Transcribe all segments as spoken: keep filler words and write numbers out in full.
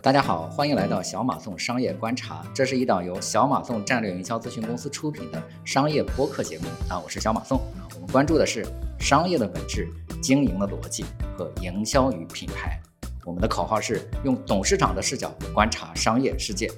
大家好，欢迎来到小马送商业观察，这是一档由小马送战略营销咨询公司出品的商业播客节目啊，我是小马送。我们关注的是商业的本质、经营的逻辑和营销与品牌。我们的口号是用董事长的视角观察商业世界。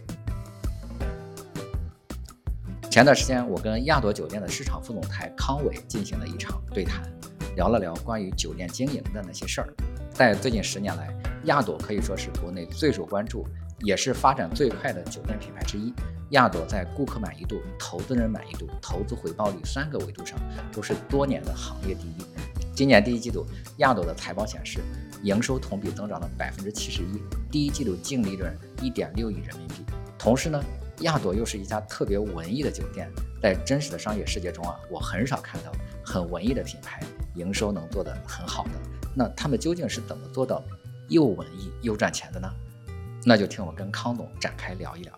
前段时间，我跟亚朵酒店的市场副总裁康伟进行了一场对谈，聊了聊关于酒店经营的那些事儿。在最近十年来，亚朵可以说是国内最受关注，也是发展最快的酒店品牌之一。亚朵在顾客满意度、投资人满意度、投资回报率三个维度上都是多年的行业第一。今年第一季度，亚朵的财报显示，营收同比增长了百分之七十一，第一季度净利润一点六亿人民币。同时呢，亚朵又是一家特别文艺的酒店，在真实的商业世界中啊，我很少看到很文艺的品牌营收能做得很好的。那他们究竟是怎么做到又文艺又赚钱的呢？那就听我跟康总展开聊一聊。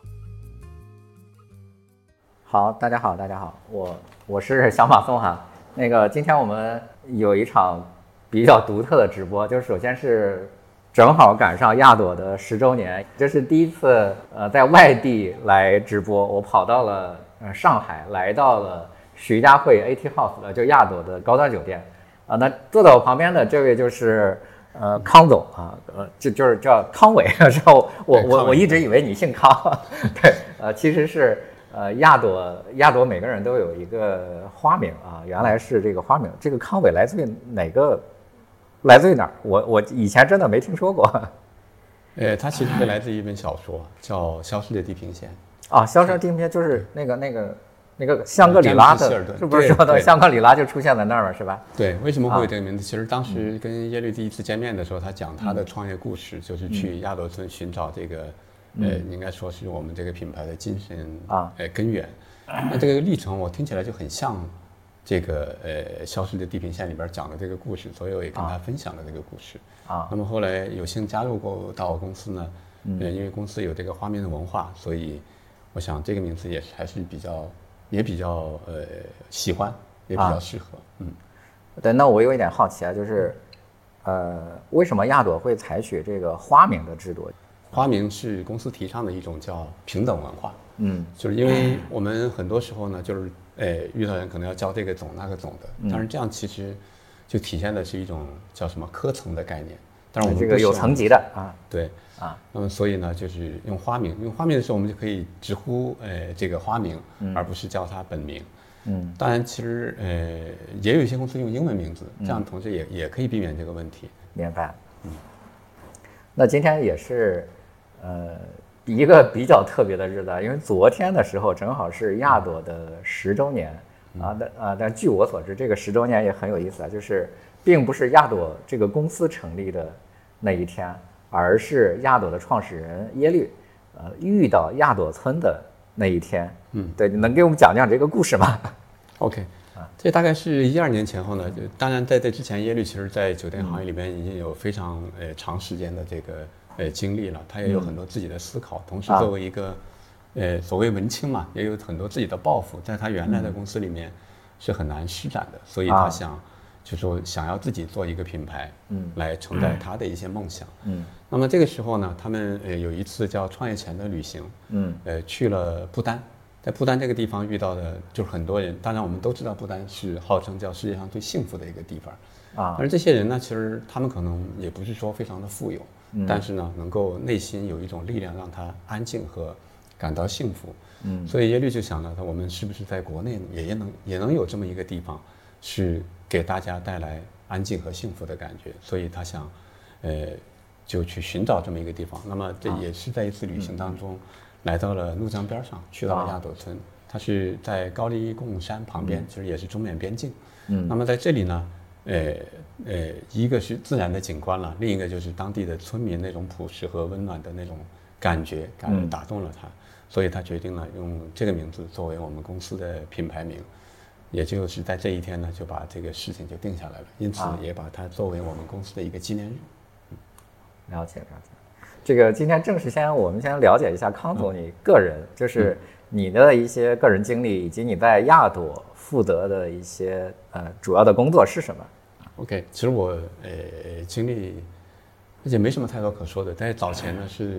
好，大家好，大家好，我我是小马送哈。那个今天我们有一场比较独特的直播，就是首先是正好赶上亚朵的十周年，这是第一次呃在外地来直播，我跑到了呃上海，来到了徐家汇 A T House 的就亚朵的高端酒店啊。那坐在我旁边的这位就是呃康总啊，呃就就是叫康伟，是吧？我我我我一直以为你姓康，对，呃其实是呃亚朵亚朵每个人都有一个花名啊，原来是这个花名，这个康伟来自于哪个？来自于哪儿？我我以前真的没听说过。 呃，它其实是来自于一本小说，叫《消失的地平线》 啊，《消失的地平线》就是那个那个那个香格里拉的，是不是说的香格里拉就出现在那儿了，是吧？ 对，为什么会有这个名字？其实当时跟耶律第一次见面的时候，他讲他的创业故事，就是去亚朵村寻找这个，呃，应该说是我们这个品牌的精神啊，呃，根源。那这个历程我听起来就很像。这个呃，消失的地平线里边讲的这个故事，所以我也跟他分享了这个故事啊。那么后来有幸加入过到我公司呢，嗯、呃，因为公司有这个花名的文化，所以我想这个名字也还是比较也比较呃喜欢，也比较适合。啊、嗯， 对，那我有一点好奇啊，就是呃，为什么亚朵会采取这个花名的制度？ 花名是公司提倡的一种叫平等文化。嗯，就是因为我们很多时候呢，就是。呃，遇到人可能要叫这个总那个总的，但是这样其实就体现的是一种叫什么科层的概念。但是我们这个有层级的啊， 对啊。那么所以呢，就是用花名，用花名的时候，我们就可以直呼呃这个花名，嗯、而不是叫它本名。嗯，当然，其实呃也有一些公司用英文名字，这样同时也、嗯、也可以避免这个问题。 明白。嗯，那今天也是呃。一个比较特别的日子，因为昨天的时候正好是亚朵的十周年啊，但啊，但据我所知，这个十周年也很有意思啊，就是并不是亚朵这个公司成立的那一天，而是亚朵的创始人耶律，呃，遇到亚朵村的那一天。嗯，对，你能给我们讲讲这个故事吗 ？OK， 啊，这大概是一二年前后呢，就当然在这之前，耶律其实在酒店行业里边已经有非常呃长时间的这个。呃，经历了，他也有很多自己的思考，嗯、同时作为一个，呃，所谓文青嘛，也有很多自己的抱负，在他原来的公司里面是很难施展的，嗯、所以他想，啊、就说想要自己做一个品牌，嗯，来承载他的一些梦想，嗯。那么这个时候呢，他们呃有一次叫创业前的旅行，嗯，呃去了不丹，在不丹这个地方遇到的就是很多人，当然我们都知道不丹是号称叫世界上最幸福的一个地方，啊，但是这些人呢，其实他们可能也不是说非常的富有。但是呢，能够内心有一种力量，让他安静和感到幸福。嗯，所以耶律就想了，他我们是不是在国内也能也能有这么一个地方，是给大家带来安静和幸福的感觉？所以他想，呃，就去寻找这么一个地方。那么这也是在一次旅行当中，来到了怒江边上，去到了亚朵村。它是在高黎贡山旁边，其实也是中缅边境。嗯，那么在这里呢？呃呃，一个是自然的景观了，另一个就是当地的村民那种朴实和温暖的那种感觉，感觉打动了他，嗯、所以他决定了用这个名字作为我们公司的品牌名，也就是在这一天呢，就把这个事情就定下来了，因此也把它作为我们公司的一个纪念日。 嗯、了解了解，这个今天正式先我们先了解一下康总你个人，嗯、就是你的一些个人经历，以及你在亚朵负责的一些呃主要的工作是什么？ OK， 其实我呃经历，而且没什么太多可说的。在早前呢，是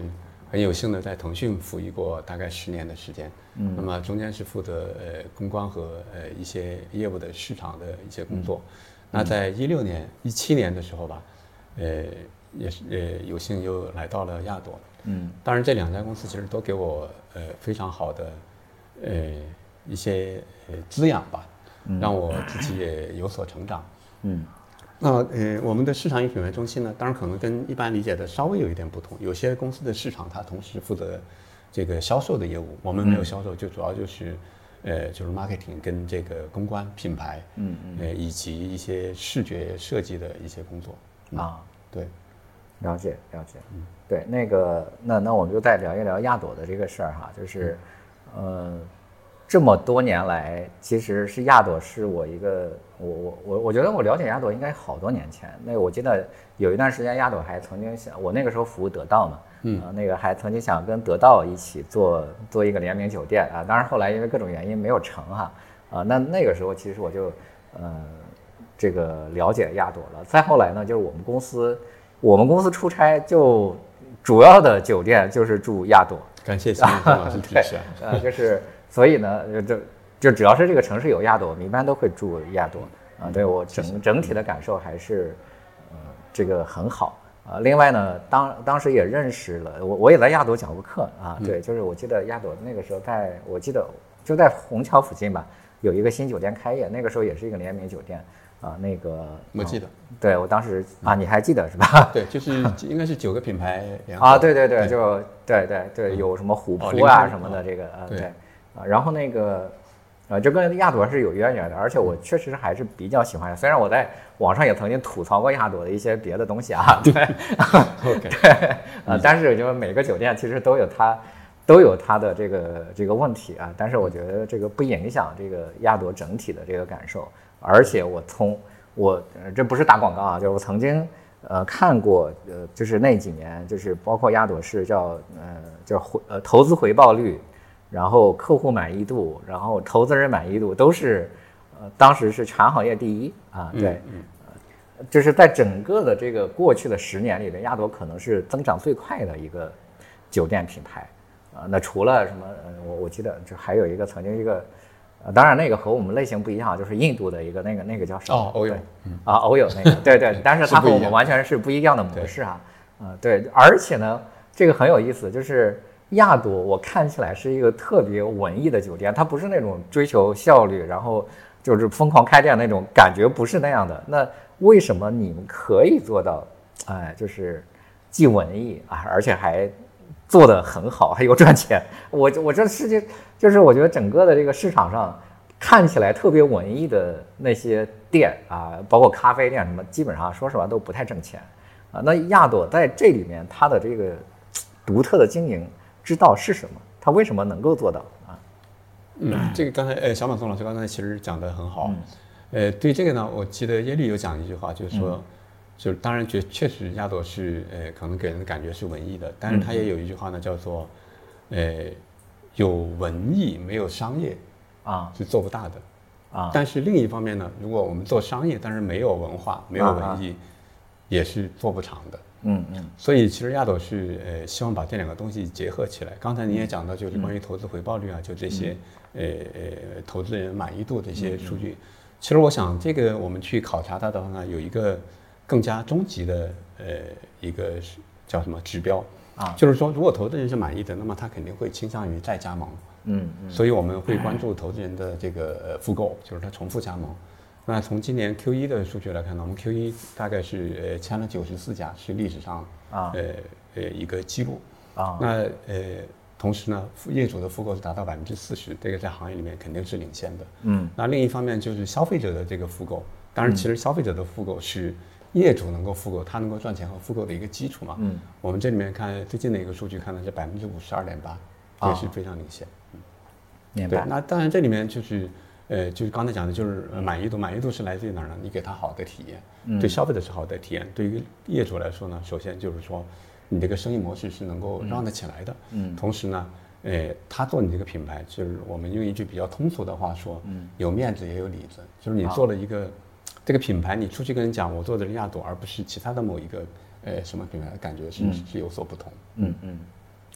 很有幸的在腾讯服役过大概十年的时间，嗯，那么中间是负责呃公关和呃一些业务的市场的一些工作。嗯、那在一六年、一七年的时候吧，呃，也是呃有幸又来到了亚朵，嗯，当然这两家公司其实都给我呃非常好的呃一些呃滋养吧，嗯、让我自己也有所成长，嗯。那呃，我们的市场与品牌中心呢，当然可能跟一般理解的稍微有一点不同。有些公司的市场它同时负责这个销售的业务，我们没有销售，就主要就是，呃，就是 marketing 跟这个公关品牌，嗯嗯，呃，以及一些视觉设计的一些工作。嗯、啊，对， 了解了解，嗯，对，那个那那我们就再聊一聊亚朵的这个事儿哈，就是，嗯、呃。这么多年来，其实是亚朵是我一个，我我我我觉得我了解亚朵应该好多年前。那我记得有一段时间，亚朵还曾经想，我那个时候服务得到嘛，嗯、呃，那个还曾经想跟得到一起做做一个联名酒店啊。当然后来因为各种原因没有成哈，啊，那那个时候其实我就呃这个了解亚朵了。再后来呢，就是我们公司我们公司出差就主要的酒店就是住亚朵。 感谢邢老师支持啊， 呃，就是。所以呢，就就只要是这个城市有亚朵，我们一般都会住亚朵啊。对我整整体的感受还是，呃，这个很好啊。另外呢，当当时也认识了我，我也在亚朵讲过课啊。对，就是我记得亚朵那个时候在，我记得就在虹桥附近吧，有一个新酒店开业，那个时候也是一个联名酒店啊。那个我记得， 嗯、对我当时啊，你还记得是吧？ 对，就是应该是九个品牌联合啊。对对对，就对对对，有什么虎扑啊什么的，这个呃对。啊，然后那个，呃，就跟亚朵是有渊源的，而且我确实还是比较喜欢。虽然我在网上也曾经吐槽过亚朵的一些别的东西啊，对，对，呃，但是就每个酒店其实都有它，都有它的这个这个问题啊。但是我觉得这个不影响这个亚朵整体的这个感受。而且我从我、呃、这不是打广告啊，就是我曾经呃看过，呃，就是那几年，就是包括亚朵是叫呃叫回呃投资回报率。然后客户满意度，然后投资人满意度都是，呃，当时是全行业第一啊，对，嗯嗯、就是在整个的这个过去的十年里边，亚朵可能是增长最快的一个酒店品牌啊。那除了什么，呃、我我记得就还有一个曾经一个，呃，当然那个和我们类型不一样，就是印度的一个那个那个叫什么？ 哦，欧友， 嗯、啊，欧友那个，对对，但是它和我们完全是不一样的模式啊，啊、呃，对，而且呢，这个很有意思，就是。亚朵我看起来是一个特别文艺的酒店，它不是那种追求效率，然后就是疯狂开店那种感觉，不是那样的。那为什么你们可以做到，哎，就是既文艺啊，而且还做得很好，还有赚钱？我我这世界就是我觉得整个的这个市场上看起来特别文艺的那些店啊，包括咖啡店什么，基本上说实话都不太挣钱啊。那亚朵在这里面它的这个独特的经营。知道是什么，他为什么能够做到啊？ 嗯，这个刚才呃，小马宋老师刚才其实讲得很好。嗯、呃，对这个呢，我记得耶律有讲一句话，就是说，嗯、就是当然确确实亚朵是呃，可能给人的感觉是文艺的，但是他也有一句话呢，叫做，呃，有文艺没有商业啊，是做不大的啊。但是另一方面呢，如果我们做商业，但是没有文化、没有文艺，啊、也是做不长的。嗯嗯，所以其实亚朵是呃希望把这两个东西结合起来。刚才你也讲到，就是关于投资回报率啊，就这些呃呃投资人满意度这些数据。其实我想这个我们去考察它的话呢，有一个更加终极的呃一个叫什么指标啊，就是说如果投资人是满意的，那么他肯定会倾向于再加盟。嗯嗯，所以我们会关注投资人的这个呃复购，就是他重复加盟。那从今年 Q 一 的数据来看呢，我们 Q 一 大概是呃签了九十四家，是历史上啊呃呃一个记录啊。那呃同时呢，业主的复购是达到百分之四十，这个在行业里面肯定是领先的。嗯。那另一方面就是消费者的这个复购，当然其实消费者的复购是业主能够复购，他能够赚钱和复购的一个基础嘛。嗯。我们这里面看最近的一个数据，看的是百分之五十二点八，也是非常领先。嗯。 明白。 对，那当然这里面就是。呃，就是刚才讲的，就是满意度，满意度是来自于哪儿呢？你给他好的体验，嗯、对消费者是好的体验，对于业主来说呢，首先就是说，你这个生意模式是能够让得起来的，嗯，同时呢，呃，他做你这个品牌，就是我们用一句比较通俗的话说，嗯，有面子也有里子，就是你做了一个、啊、这个品牌，你出去跟人讲我做的是亚朵，而不是其他的某一个呃什么品牌，感觉是、嗯、是有所不同， 嗯嗯。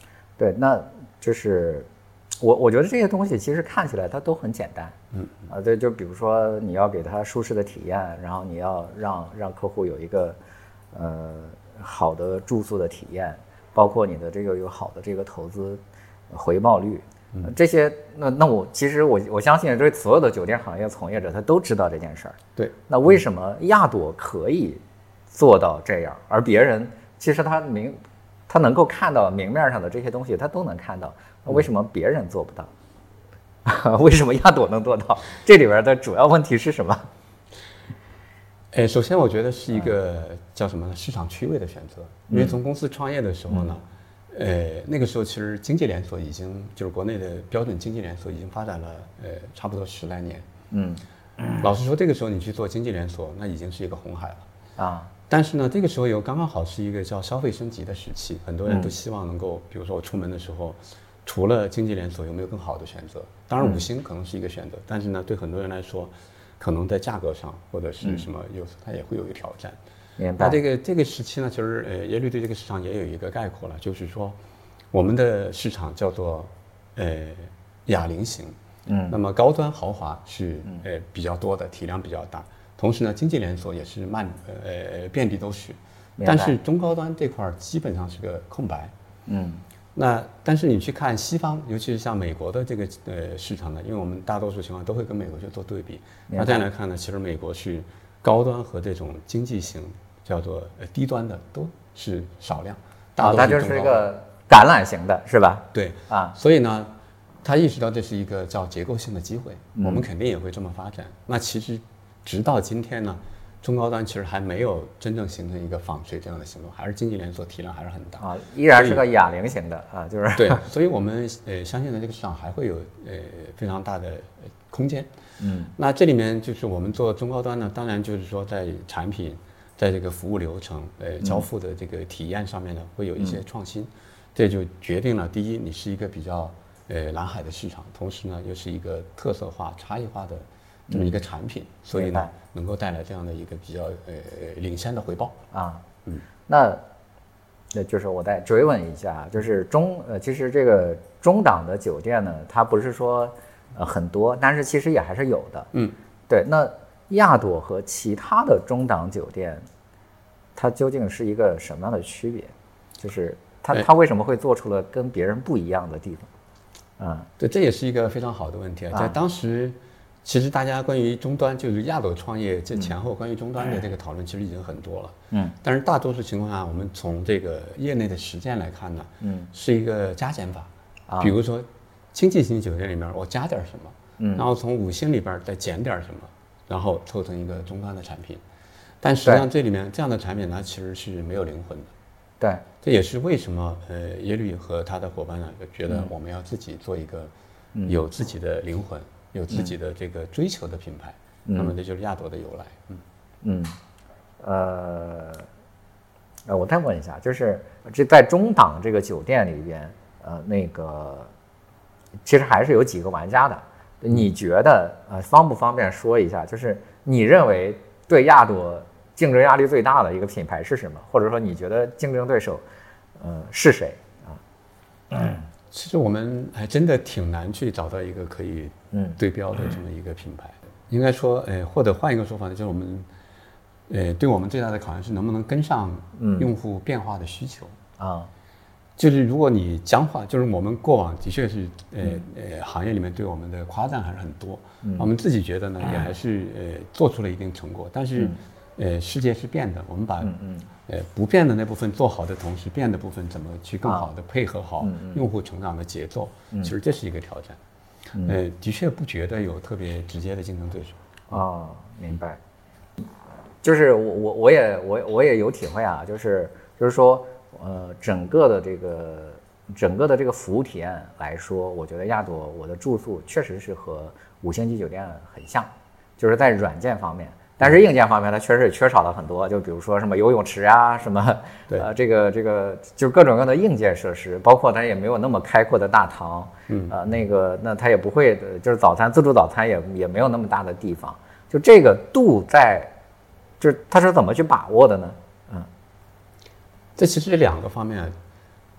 对，那就是我我觉得这些东西其实看起来它都很简单，嗯啊，对，就比如说你要给他舒适的体验，然后你要让让客户有一个呃好的住宿的体验，包括你的这个有好的这个投资回报率。嗯、这些，那那我其实我我相信，这所有的酒店行业从业者他都知道这件事儿。 对， 那为什么亚朵可以做到这样，而别人其实他明他能够看到明面上的这些东西，他都能看到，那为什么别人做不到？嗯、为什么亚朵能做到？这里边的主要问题是什么？ 哎，首先我觉得是一个叫什么呢？市场区位的选择。因为从公司创业的时候呢。嗯呃，那个时候其实经济连锁已经就是国内的标准经济连锁已经发展了呃差不多十来年。嗯，老实说，这个时候你去做经济连锁，那已经是一个红海了啊。但是呢，这个时候又刚刚好是一个叫消费升级的时期，很多人都希望能够，比如说我出门的时候，除了经济连锁有没有更好的选择？当然五星可能是一个选择，但是呢，对很多人来说，可能在价格上或者是什么有它也会有一个挑战。那这个这个时期呢，其实呃，耶律对这个市场也有一个概括了，就是说，我们的市场叫做呃哑铃型，嗯，那么高端豪华是呃比较多的，体量比较大，同时呢，经济连锁也是慢呃遍地都是，但是中高端这块基本上是个空白，嗯，那但是你去看西方，尤其是像美国的这个呃市场呢，因为我们大多数情况都会跟美国去做对比，那这样来看呢，其实美国是高端和这种经济型。叫做呃低端的都是少量， 啊、哦，它就是一个橄榄型的，是吧？ 对啊，所以呢，他意识到这是一个叫结构性的机会，嗯、我们肯定也会这么发展。那其实直到今天呢，中高端其实还没有真正形成一个纺锤这样的行动，还是经济连锁体量还是很大啊，依然是个哑铃型的啊，就是对，所以我们呃相信呢，这个市场还会有呃非常大的空间。嗯，那这里面就是我们做中高端呢，当然就是说在产品。在这个服务流程、呃交付的这个体验上面呢，会有一些创新，这就决定了第一，你是一个比较呃蓝海的市场，同时呢又是一个特色化、差异化的这么一个产品，所以呢能够带来这样的一个比较呃领先的回报啊。嗯，那那就是我再追问一下，就是中呃其实这个中档的酒店呢，它不是说呃很多，但是其实也还是有的。嗯，对，那。亚朵和其他的中档酒店，它究竟是一个什么样的区别？就是它它为什么会做出了跟别人不一样的地方？啊、嗯， 对，这也是一个非常好的问题啊。在当时，其实大家关于终端，就是亚朵创业这前后关于终端的这个讨论，其实已经很多了。嗯，但是大多数情况下，我们从这个业内的实践来看呢，嗯，是一个加减法。啊，比如说经济型酒店里面我加点什么，嗯，然后从五星里边再减点什么。然后凑成一个终端的产品，但实际上这里面这样的产品呢，其实是没有灵魂的。 对， 这也是为什么呃耶律和他的伙伴呢，就觉得我们要自己做一个有自己的灵魂、嗯、有自己的这个追求的品牌。嗯、那么这就是亚朵的由来。嗯嗯，呃，呃，我再问一下，就是这在中档这个酒店里边，呃，那个其实还是有几个玩家的。你觉得呃方不方便说一下？就是你认为对亚朵竞争压力最大的一个品牌是什么？或者说你觉得竞争对手呃是谁啊？ 嗯，其实我们还真的挺难去找到一个可以对标的这么一个品牌。嗯、应该说，呃，或者换一个说法呢，就是我们呃对我们最大的考验是能不能跟上用户变化的需求啊。嗯就是如果你僵化，就是我们过往的确是呃呃行业里面对我们的夸赞还是很多，嗯、我们自己觉得呢也还是呃做出了一定成果，但是、嗯、呃世界是变的，我们把、嗯嗯、呃不变的那部分做好的同时，变的部分怎么去更好的配合好用户成长的节奏，嗯、其实这是一个挑战。嗯、呃，的确不觉得有特别直接的竞争对手。 哦，明白。就是我我我也我我也有体会啊，就是就是说。呃，整个的这个整个的这个服务体验来说，我觉得亚朵我的住宿确实是和五星级酒店很像，就是在软件方面，但是硬件方面它确实也缺少了很多，就比如说什么游泳池啊，什么呃这个这个就是各种各样的硬件设施，包括它也没有那么开阔的大堂，嗯呃那个那它也不会就是早餐自助早餐也也没有那么大的地方，就这个度在就是它是怎么去把握的呢？ 这其实两个方面，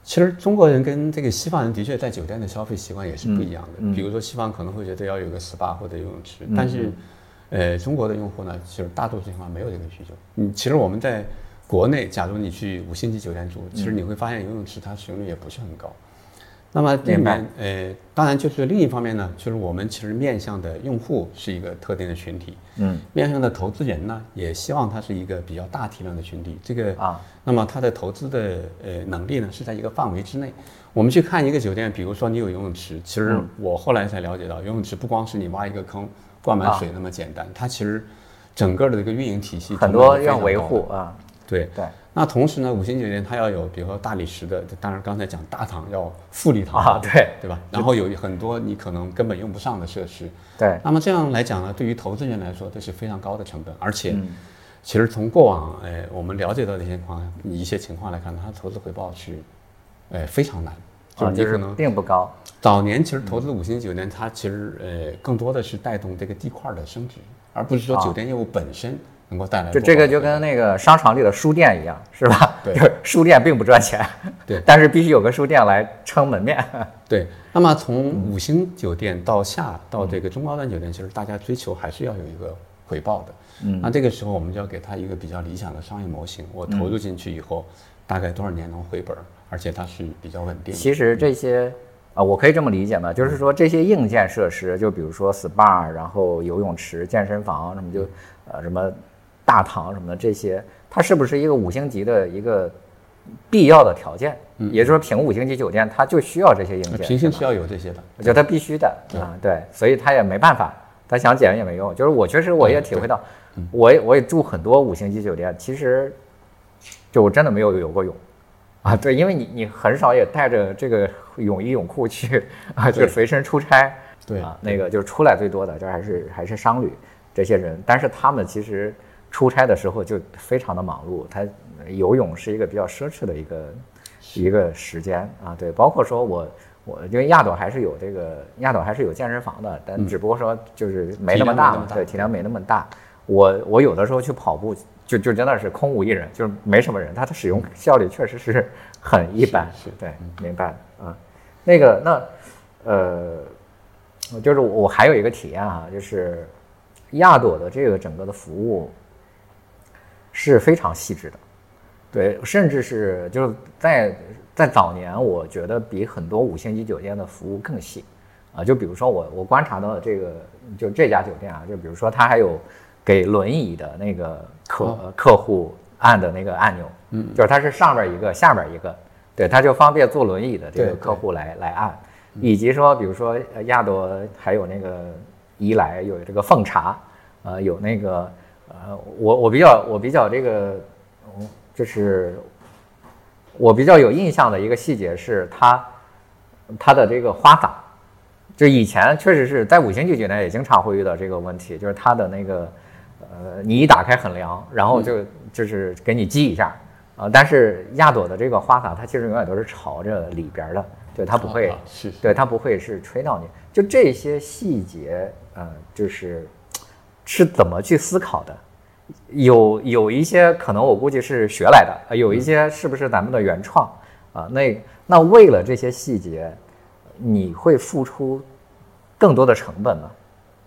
其实中国人跟这个西方人的确在酒店的消费习惯也是不一样的。 嗯嗯、 比如说西方可能会觉得要有个 S P A 或者游泳池，嗯、但是，呃，中国的用户呢，其实大多数情况没有这个需求。嗯，其实我们在国内，假如你去五星级酒店住，其实你会发现游泳池它使用率也不是很高。那么里面，呃，当然就是另一方面呢，就是我们其实面向的用户是一个特定的群体，嗯，面向的投资人呢，也希望它是一个比较大体量的群体。这个啊，那么它的投资的呃能力呢是在一个范围之内。我们去看一个酒店，比如说你有游泳池，其实我后来才了解到，游泳池不光是你挖一个坑灌满水那么简单，啊、它其实整个的这个运营体系很多要维护啊。 对对，那同时呢，五星酒店它要有，比如说大理石的，当然刚才讲大堂要富丽堂啊，对对吧？然后有很多你可能根本用不上的设施， 对。 那么这样来讲呢，对于投资人来说，这是非常高的成本，而且，嗯、其实从过往哎我们了解到的情况，一些情况来看，它的投资回报是，哎非常难， 就是你可能并不高。 早年其实投资五星酒店，它其实呃更多的是带动这个地块的升值，而不是说酒店业务本身。能够带来就这个就跟那个商场里的书店一样，是吧？ 对， 就是书店并不赚钱， 对， 但是必须有个书店来撑门面。 对，那么从五星酒店到下到这个中高端酒店，其实大家追求还是要有一个回报的。嗯，那这个时候我们就要给他一个比较理想的商业模型，我投入进去以后，嗯、大概多少年能回本，而且它是比较稳定的。 其实这些啊、呃，我可以这么理解吗？就是说这些硬件设施，就比如说 S P A， 然后游泳池、健身房什么就呃什么。大堂什么的这些，它是不是一个五星级的一个必要的条件？嗯，也就是说，评五星级酒店它就需要这些硬件。 评星是要有这些的， 我觉得它必须的啊，对，所以它也没办法，它想减也没用。就是我确实我也体会到，我也我也住很多五星级酒店，其实就我真的没有游过泳啊，对，因为你你很少也带着这个泳衣泳裤去啊，就随身出差， 对啊，那个就是出来最多的，这还是还是商旅这些人，但是他们其实。出差的时候就非常的忙碌，他游泳是一个比较奢侈的一个一个时间啊，对，包括说我我因为亚朵还是有这个亚朵还是有健身房的，但只不过说就是没那么大嘛，对，体量没那么大。我我有的时候去跑步就就真的是空无一人，就是没什么人，它的使用效率确实是很一般， 是对，明白啊。那个那呃，就是我还有一个体验啊，就是亚朵的这个整个的服务。是非常细致的，对，甚至是就是在在早年，我觉得比很多五星级酒店的服务更细，啊，就比如说我我观察到的这个就这家酒店啊，就比如说它还有给轮椅的那个客、哦、客户按的那个按钮，嗯，就是它是上边一个下边一个，对，它就方便坐轮椅的这个客户来来按，以及说比如说亚朵还有那个怡莱有这个奉茶，呃，有那个。呃，我我比较我比较这个，就是我比较有印象的一个细节是它它的这个花洒，就以前确实是在五星级酒店也经常会遇到这个问题，就是它的那个呃，你一打开很凉，然后就就是给你激一下啊、呃，但是亚朵的这个花洒它其实永远都是朝着里边的，对，它不会， 啊、是是对，它不会是吹到你，就这些细节，呃，就是。是怎么去思考的？有有一些可能我估计是学来的，有一些是不是咱们的原创啊？那那为了这些细节，你会付出更多的成本吗？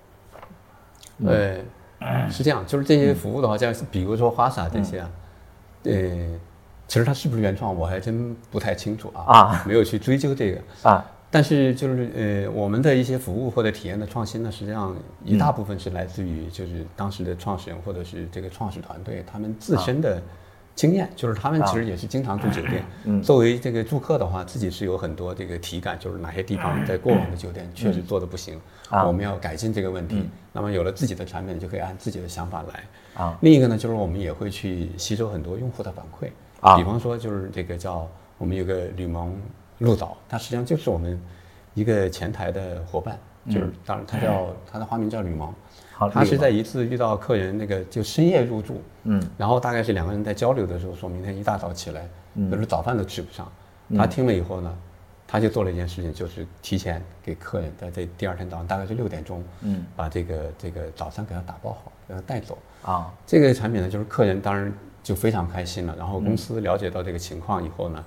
呃，是这样，就是这些服务的话，像比如说花洒这些啊，呃，其实它是不是原创，我还真不太清楚啊，啊，没有去追究这个啊。但是就是呃，我们的一些服务或者体验的创新呢，实际上一大部分是来自于就是当时的创始人或者是这个创始团队他们自身的经验，就是他们其实也是经常住酒店。嗯，作为这个住客的话，自己是有很多这个体感，就是哪些地方在过往的酒店确实做的不行，我们要改进这个问题。那么有了自己的产品，就可以按自己的想法来。啊，另一个呢，就是我们也会去吸收很多用户的反馈。啊，比方说就是这个叫我们有个旅盟。鹿岛，它实际上就是我们一个前台的伙伴，嗯、就是当然他叫他的花名叫吕蒙，他是在一次遇到客人那个就深夜入住，嗯，然后大概是两个人在交流的时候说，明天一大早起来，嗯，就是早饭都吃不上，嗯、他听了以后呢，他就做了一件事情，就是提前给客人在这第二天早上大概是六点钟，嗯，把这个这个早餐给他打包好，给他带走啊。这个产品呢，就是客人当然就非常开心了，然后公司了解到这个情况以后呢。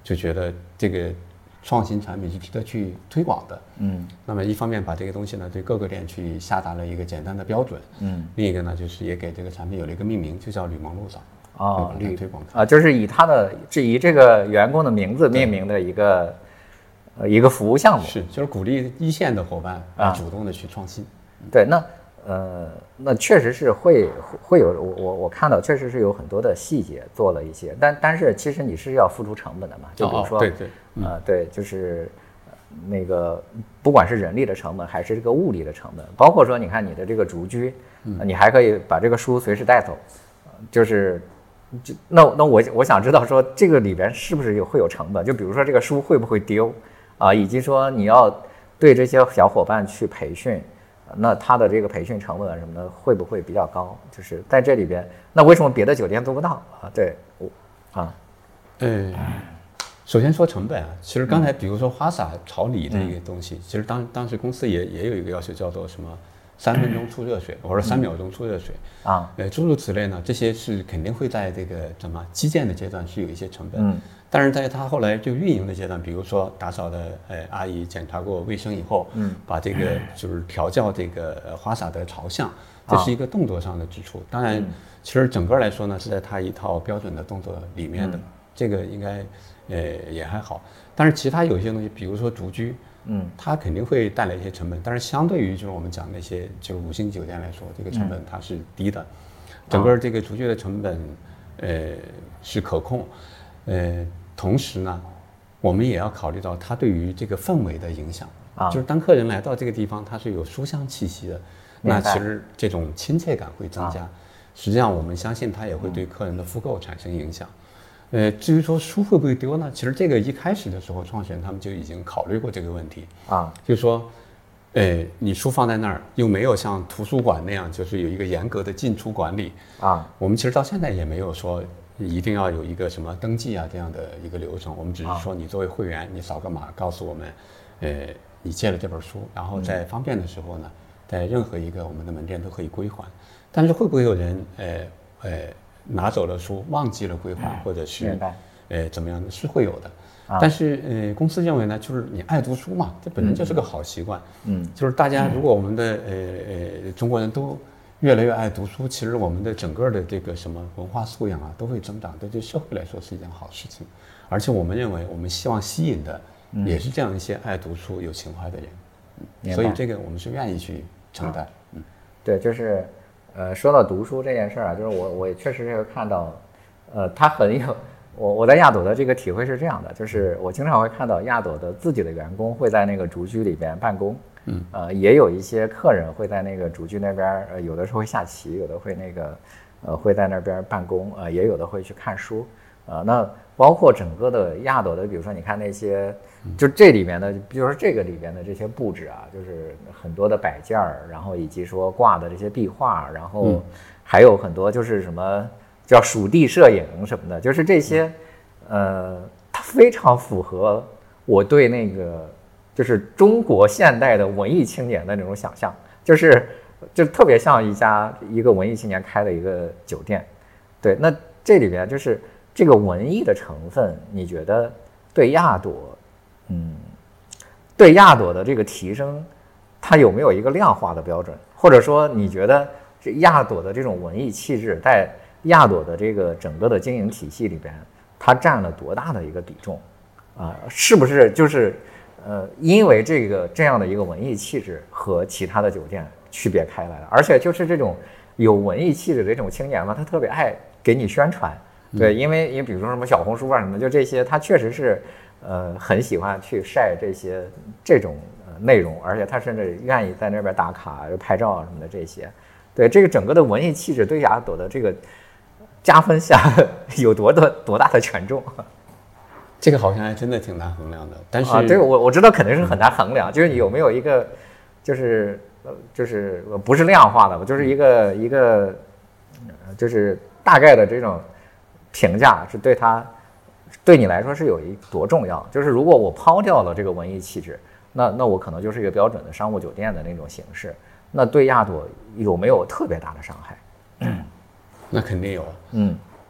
就觉得这个创新产品是值得去推广的。 嗯， 那么一方面把这个东西呢对各个店去下达了一个简单的标准。 嗯， 另一个呢就是也给这个产品有了一个命名，就叫吕蒙鹿枣。 哦，绿推广啊，就是以他的是以这个员工的名字命名的一个呃一个服务项目， 是就是鼓励一线的伙伴啊主动的去创新。 对，那呃那确实是会会有我我我看到确实是有很多的细节做了一些，但但是其实你是要付出成本的嘛，就比如说、 哦、对对、 嗯、呃对，就是那个不管是人力的成本还是这个物力的成本，包括说你看你的这个竹居，嗯、你还可以把这个书随时带走，就是。就那那我我想知道说这个里边是不是有会有成本？就比如说这个书会不会丢啊，以及说你要对这些小伙伴去培训，那他的这个培训成本什么的会不会比较高？就是在这里边，那为什么别的酒店做不到啊？对，我啊， 嗯，首先说成本啊，其实刚才比如说花洒朝里的一个东西，嗯、其实当当时公司也也有一个要求叫做什么？三分钟出热水，或者三秒钟出热水啊， 呃，诸如此类呢，这些是肯定会在这个什么基建的阶段是有一些成本， 嗯， 但是在它后来就运营的阶段，比如说打扫的呃阿姨检查过卫生以后，嗯，把这个就是调教这个花洒的朝向，这是一个动作上的支出。当然，其实整个来说呢，是在它一套标准的动作里面的，这个应该呃也还好。但是其他有一些东西，比如说竹居。嗯，它肯定会带来一些成本，但是相对于就是我们讲那些就是五星酒店来说，这个成本它是低的，嗯、整个这个竹居的成本，呃是可控，呃，同时呢，我们也要考虑到它对于这个氛围的影响啊，就是当客人来到这个地方，它是有书香气息的，那其实这种亲切感会增加，啊、实际上我们相信它也会对客人的复购产生影响。呃，至于说书会不会丢呢？其实这个一开始的时候，创始人他们就已经考虑过这个问题啊，就是说，呃，你书放在那儿，又没有像图书馆那样，就是有一个严格的进出管理啊。我们其实到现在也没有说一定要有一个什么登记啊这样的一个流程，我们只是说你作为会员，你扫个码告诉我们，呃，你借了这本书，然后在方便的时候呢，在任何一个我们的门店都可以归还。但是会不会有人，呃呃？拿走了书，忘记了归还，或者是，呃，怎么样的，是会有的。啊、但是，呃，公司认为呢，就是你爱读书嘛，这本身就是个好习惯。嗯，就是大家如果我们的呃呃中国人都越来越爱读书，其实我们的整个的这个什么文化素养啊都会增长，这对社会来说是一件好事情。而且我们认为，我们希望吸引的也是这样一些爱读书、有情怀的人。嗯、所以这个我们是愿意去承担。嗯， 对，就是。呃，说到读书这件事儿啊，就是我我也确实是看到，呃，他很有我我在亚朵的这个体会是这样的，就是我经常会看到亚朵的自己的员工会在那个竹居里边办公，嗯，呃，也有一些客人会在那个竹居那边，呃，有的时候会下棋，有的会那个，呃，会在那边办公，呃，也有的会去看书，呃，那包括整个的亚朵的，比如说你看那些，就这里面的，比如说这个里边的这些布置啊，就是很多的摆件儿，然后以及说挂的这些壁画，然后还有很多就是什么叫属地摄影什么的，就是这些，呃，它非常符合我对那个就是中国现代的文艺青年的那种想象，就是就特别像一家一个文艺青年开的一个酒店，对，那这里边就是这个文艺的成分，你觉得对亚朵？嗯，对亚朵的这个提升，它有没有一个量化的标准？或者说，你觉得这亚朵的这种文艺气质，在亚朵的这个整个的经营体系里边，它占了多大的一个比重？啊，是不是就是呃，因为这个这样的一个文艺气质和其他的酒店区别开来了？而且就是这种有文艺气质的这种青年嘛，他特别爱给你宣传，对，因为因为比如说什么小红书啊什么的，就这些，他确实是。呃，很喜欢去晒这些这种呃内容，而且他甚至愿意在那边打卡、拍照什么的这些。对这个整个的文艺气质对亚朵的这个加分下有多多多大的权重？ 这个好像还真的挺难衡量的。但是啊，这个我我知道肯定是很难衡量，嗯、就是你有没有一个，就是呃就是不是量化的，就是一个一个，就是大概的这种评价是对他。对你来说是有一多重要？就是如果我抛掉了这个文艺气质，那那我可能就是一个标准的商务酒店的那种形式。那对亚朵有没有特别大的伤害？ 那肯定有。 嗯，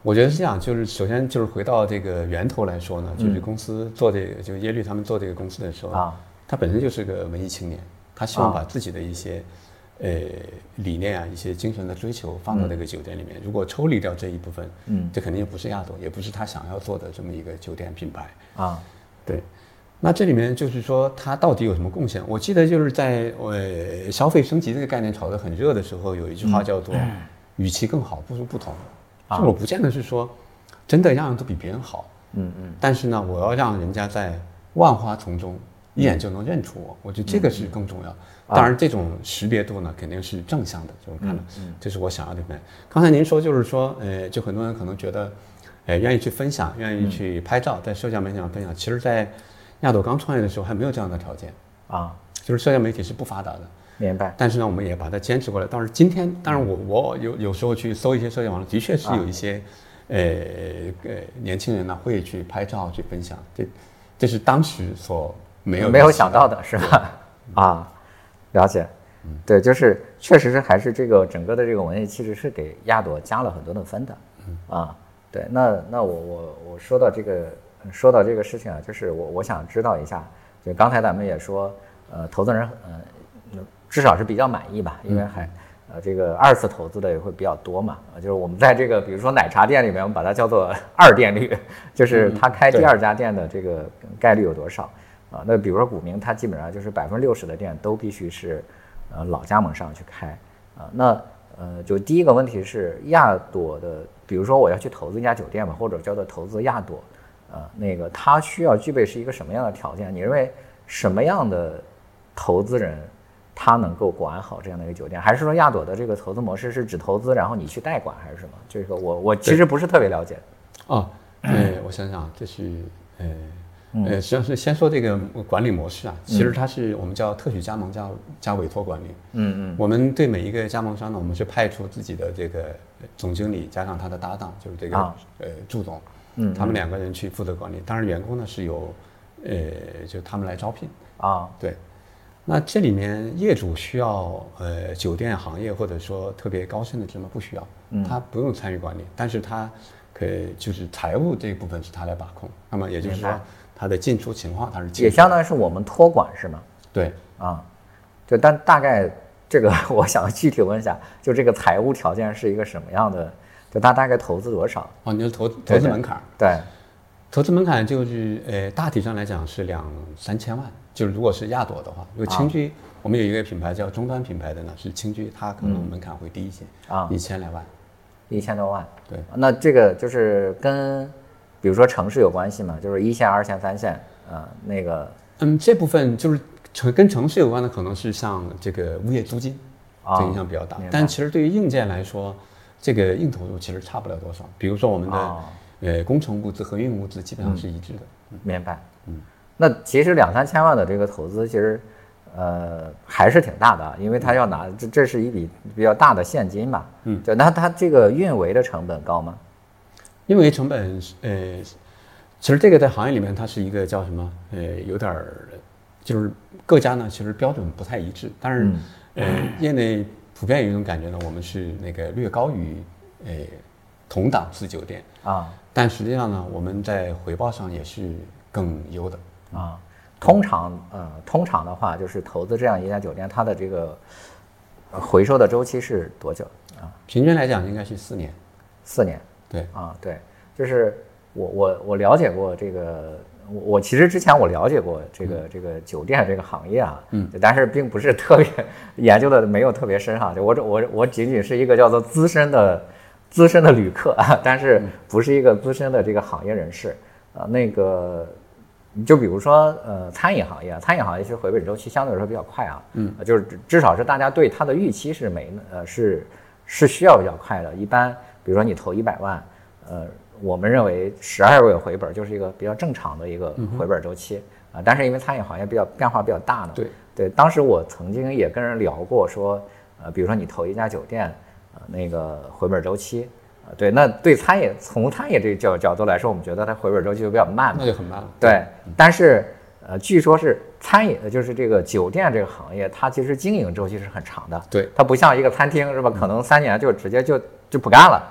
我觉得是这样，就是首先就是回到这个源头来说呢，就是公司做这个，就是耶律他们做这个公司的时候啊，他本身就是个文艺青年，他希望把自己的一些呃理念啊、一些精神的追求放到这个酒店里面。如果抽离掉这一部分，嗯，这肯定不是亚朵，也不是他想要做的这么一个酒店品牌啊。对，那这里面就是说他到底有什么贡献？我记得就是在呃消费升级这个概念炒得很热的时候，有一句话叫做“与其更好，不如不同”。就我不见得是说真的样样都比别人好，嗯嗯，但是呢，我要让人家在万花丛中一眼就能认出我，我觉得这个是更重要。当然，这种识别度呢，肯定是正向的，就是看到，这是我想要的。刚才您说就是说，呃，就很多人可能觉得，呃，愿意去分享，愿意去拍照，在社交媒体上分享。其实，在亚朵刚创业的时候，还没有这样的条件啊，就是社交媒体是不发达的。 明白。 但是呢，我们也把它坚持过来。但是今天，当然我我有有时候去搜一些社交网络，的确是有一些，呃呃年轻人呢会去拍照去分享，这这是当时所没有没有想到的是吧？啊，了解。对，就是确实是还是这个整个的这个文艺气质是给亚朵加了很多的分的。啊，对，那那我我我说到这个说到这个事情啊，就是我我想知道一下，就刚才咱们也说，呃，投资人呃。至少是比较满意吧，因为还，呃，这个二次投资的也会比较多嘛，呃，就是我们在这个比如说奶茶店里面，我们把它叫做二店率，就是他开第二家店的这个概率有多少啊？那比如说古茗，它基本上就是百分之六十的店都必须是，呃，老加盟商去开啊。那呃，就第一个问题是亚朵的，比如说我要去投资一家酒店嘛，或者叫做投资亚朵，呃，那个它需要具备是一个什么样的条件？你认为什么样的投资人？他能够管好这样的一个酒店，还是说亚朵的这个投资模式是只投资，然后你去代管，还是什么？这个我我其实不是特别了解。 哦，呃，我想想，这是呃呃，实际上是先说这个管理模式啊，其实它是我们叫特许加盟加加委托管理。嗯嗯。我们对每一个加盟商呢，我们是派出自己的这个总经理加上他的搭档，就是这个、啊、呃祝总，嗯，他们两个人去负责管理。当然，员工呢是由呃就他们来招聘啊，对。那这里面业主需要呃酒店行业或者说特别高深的知识吗？不需要，他不用参与管理，但是他可以就是财务这一部分是他来把控。那么也就是说，他的进出情况他是也相当于是我们托管是吗？ 对啊，就但大概这个我想具体问一下，就这个财务条件是一个什么样的？就他大概投资多少？ 哦，你说投投资门槛？ 对， 投资门槛就是呃大体上来讲是两三千万。就是如果是亚朵的话，因为轻居、啊、我们有一个品牌叫中端品牌的呢，是轻居，它可能门槛会低一些啊，一千来万， 一千多万。 对， 那这个就是跟比如说城市有关系嘛，就是一线、二线、三线啊，那个嗯，这部分就是城跟城市有关的，可能是像这个物业租金，这影响比较大。但其实对于硬件来说，这个硬投入其实差不了多少。比如说我们的、哦、呃工程物资和运营物资基本上是一致的。 嗯、明白，嗯。那其实两三千万的这个投资，其实，呃，还是挺大的，因为他要拿这这是一笔比较大的现金吧。嗯，对，那他这个运维的成本高吗？ 运维成本，呃，其实这个在行业里面它是一个叫什么？呃，有点儿，就是各家呢其实标准不太一致，但是，嗯、呃，业内普遍有一种感觉呢，我们是那个略高于呃同档次酒店啊，但实际上呢，我们在回报上也是更优的。 啊，通常呃，通常的话就是投资这样一家酒店，它的这个回收的周期是多久啊？ 平均来讲应该是四年。 四年。 对啊，对，就是我我我了解过这个，我我其实之前我了解过这个、嗯、这个酒店这个行业啊，嗯，但是并不是特别研究的没有特别深哈，就我我我仅仅是一个叫做资深的资深的旅客啊，但是不是一个资深的这个行业人士啊，那个。就比如说，呃，餐饮行业，餐饮行业其实回本周期相对来说比较快啊，嗯，就是至少是大家对它的预期是没，呃，是是需要比较快的。一般，比如说你投一百万，呃，我们认为十二个月回本就是一个比较正常的一个回本周期啊、呃。但是因为餐饮行业比较变化比较大呢， 对对，当时我曾经也跟人聊过说，呃，比如说你投一家酒店，呃，那个回本周期。对，那对餐饮从餐饮这个角角度来说，我们觉得它回本周期就比较慢嘛， 那就很慢了。 对，但是呃，据说是餐饮，就是这个酒店这个行业，它其实经营周期是很长的。 对， 它不像一个餐厅是吧？可能三年就直接就就不干了。 对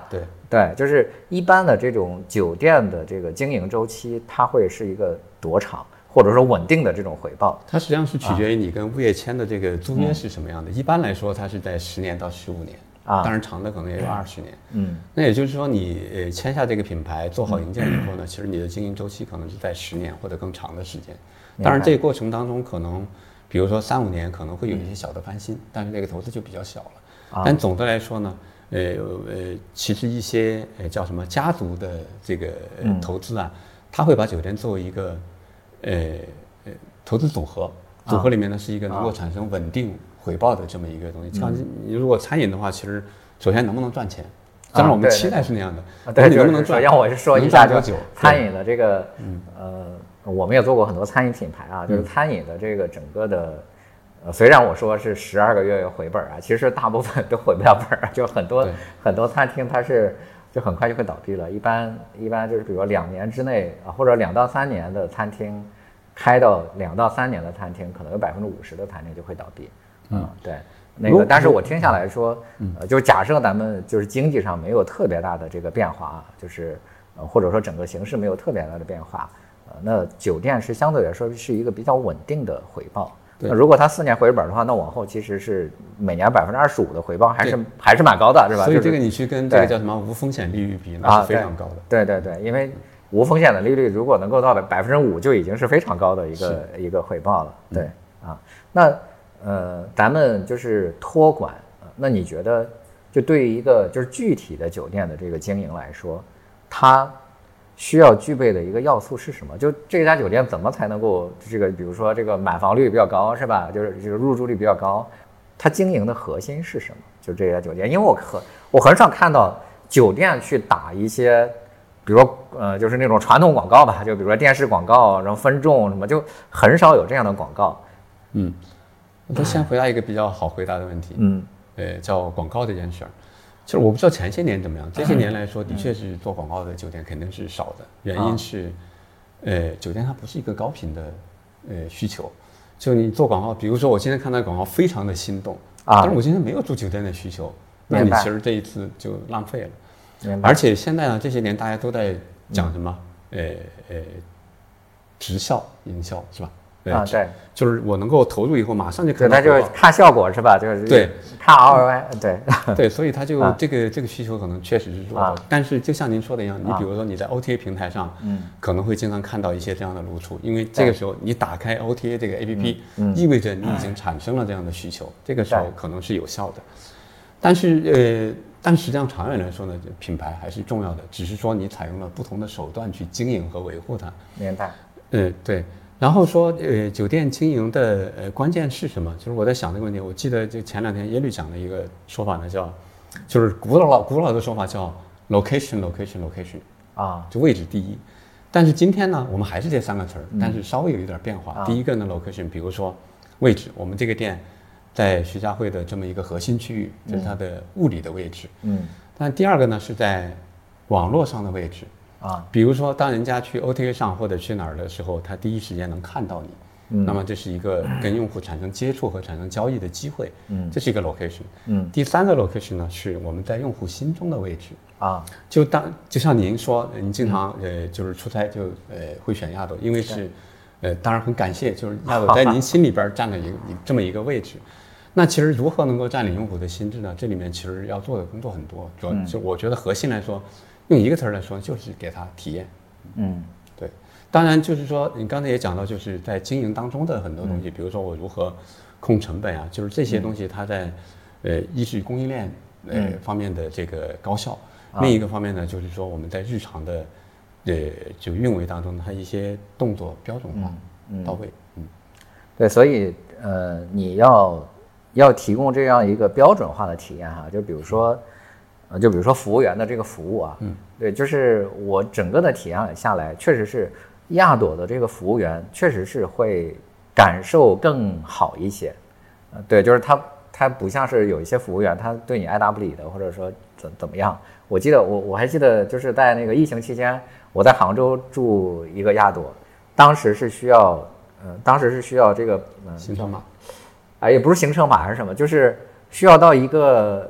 对，就是一般的这种酒店的这个经营周期，它会是一个多长，或者说稳定的这种回报？ 它实际上是取决于你跟物业签的这个租约是什么样的。嗯、一般来说，它是在十年到十五年。啊，当然长的可能也有二十年，嗯，那也就是说你呃签下这个品牌做好营建以后呢，嗯、其实你的经营周期可能是在十年或者更长的时间。当然这个过程当中可能，比如说三五年可能会有一些小的翻新，嗯、但是这个投资就比较小了。啊、但总的来说呢，呃呃，其实一些呃叫什么家族的这个投资啊，他会把酒店作为一个呃呃投资组合，组合里面呢是一个能够产生稳定回报的这么一个东西。像你如果餐饮的话，其实首先能不能赚钱，当然我们期待是那样的。 对， 你能不能赚？ 让我是说一下，就餐饮的这个，呃，我们也做过很多餐饮品牌啊，就是餐饮的这个整个的，呃，虽然我说是十二个月回本啊，其实大部分都回不了本啊，就很多很多餐厅它是就很快就会倒闭了。一般一般就是比如两年之内啊，或者两到三年的餐厅，开到两到三年的餐厅，可能有百分之五十的餐厅就会倒闭。嗯，对，那个，但是我听下来说，呃，就假设咱们就是经济上没有特别大的这个变化啊，就是呃，或者说整个形势没有特别大的变化，呃，那酒店是相对来说是一个比较稳定的回报。那如果它四年回本的话，那往后其实是每年百分之二十五的回报，还是还是蛮高的，是吧？ 所以这个你去跟这个叫什么无风险利率比，那是非常高的。 对对对，因为无风险的利率如果能够到百分之五，就已经是非常高的一个一个回报了。对啊，那。呃，咱们就是托管，那你觉得，就对于一个就是具体的酒店的这个经营来说，它需要具备的一个要素是什么？就这家酒店怎么才能够这个，比如说这个满房率比较高，是吧？就是这个入住率比较高，它经营的核心是什么？就这家酒店，因为我很我很少看到酒店去打一些，比如说呃，就是那种传统广告吧，就比如说电视广告，然后分众什么，就很少有这样的广告， 嗯。我先回答一个比较好回答的问题，嗯，呃，叫广告这件事儿，其实我不知道前些年怎么样，这些年来说，的确是做广告的酒店肯定是少的，原因是，呃，酒店它不是一个高频的呃需求，就你做广告，比如说我今天看到广告非常的心动啊，但是我今天没有住酒店的需求，那你其实这一次就浪费了，而且现在呢，这些年大家都在讲什么，呃呃，直销营销是吧？ 啊，对， 就是我能够投入以后马上就看到， 对，他就是看效果是吧？就是对， 看 R O I， 对对，所以他就这个这个需求可能确实是弱的。但是就像您说的一样，你比如说你在 O T A 平台上，嗯，可能会经常看到一些这样的露出，因为这个时候你打开 O T A 这个 A P P，意味着你已经产生了这样的需求，这个时候可能是有效的。但是呃，但实际上长远来说呢，品牌还是重要的，只是说你采用了不同的手段去经营和维护它。 明白。 嗯，对。然后说，呃，酒店经营的呃关键是什么？就是我在想这个问题。我记得就前两天耶律讲了一个说法呢，叫，就是古老古老的说法叫 location location location 啊，就位置第一。但是今天呢，我们还是这三个词儿，但是稍微有一点变化。嗯、第一个呢 location， 比如说位置，我们这个店在徐家汇的这么一个核心区域，这是它的物理的位置。嗯。但第二个呢是在网络上的位置。啊，比如说，当人家去 O T A 上或者去哪儿的时候，他第一时间能看到你，嗯，那么这是一个跟用户产生接触和产生交易的机会，嗯，这是一个 location，嗯，第三个 location 呢是我们在用户心中的位置啊，就当就像您说，您经常呃就是出差就呃会选亚朵，因为是，呃当然很感谢，就是亚朵在您心里边占了一个这么一个位置。那其实如何能够占领用户的心智呢？这里面其实要做的工作很多，主要就我觉得核心来说。用一个词儿来说，就是给他体验。嗯，对。当然，就是说，你刚才也讲到，就是在经营当中的很多东西，嗯、比如说我如何控成本啊，就是这些东西，它在呃，一是供应链呃、嗯、方面的这个高效，嗯、另一个方面呢，就是说我们在日常的呃就运维当中，它一些动作标准化、嗯、到位。嗯， 对，所以呃，你要要提供这样一个标准化的体验哈，就比如说。呃，就比如说服务员的这个服务啊，嗯，对，就是我整个的体验下来，确实是亚朵的这个服务员确实是会感受更好一些，呃，对，就是他他不像是有一些服务员他对你爱答不理的，或者说怎怎么样。我记得我我还记得就是在那个疫情期间，我在杭州住一个亚朵，当时是需要，呃，当时是需要这个呃行程码， 哎，也不是行程码还是什么，就是需要到一个。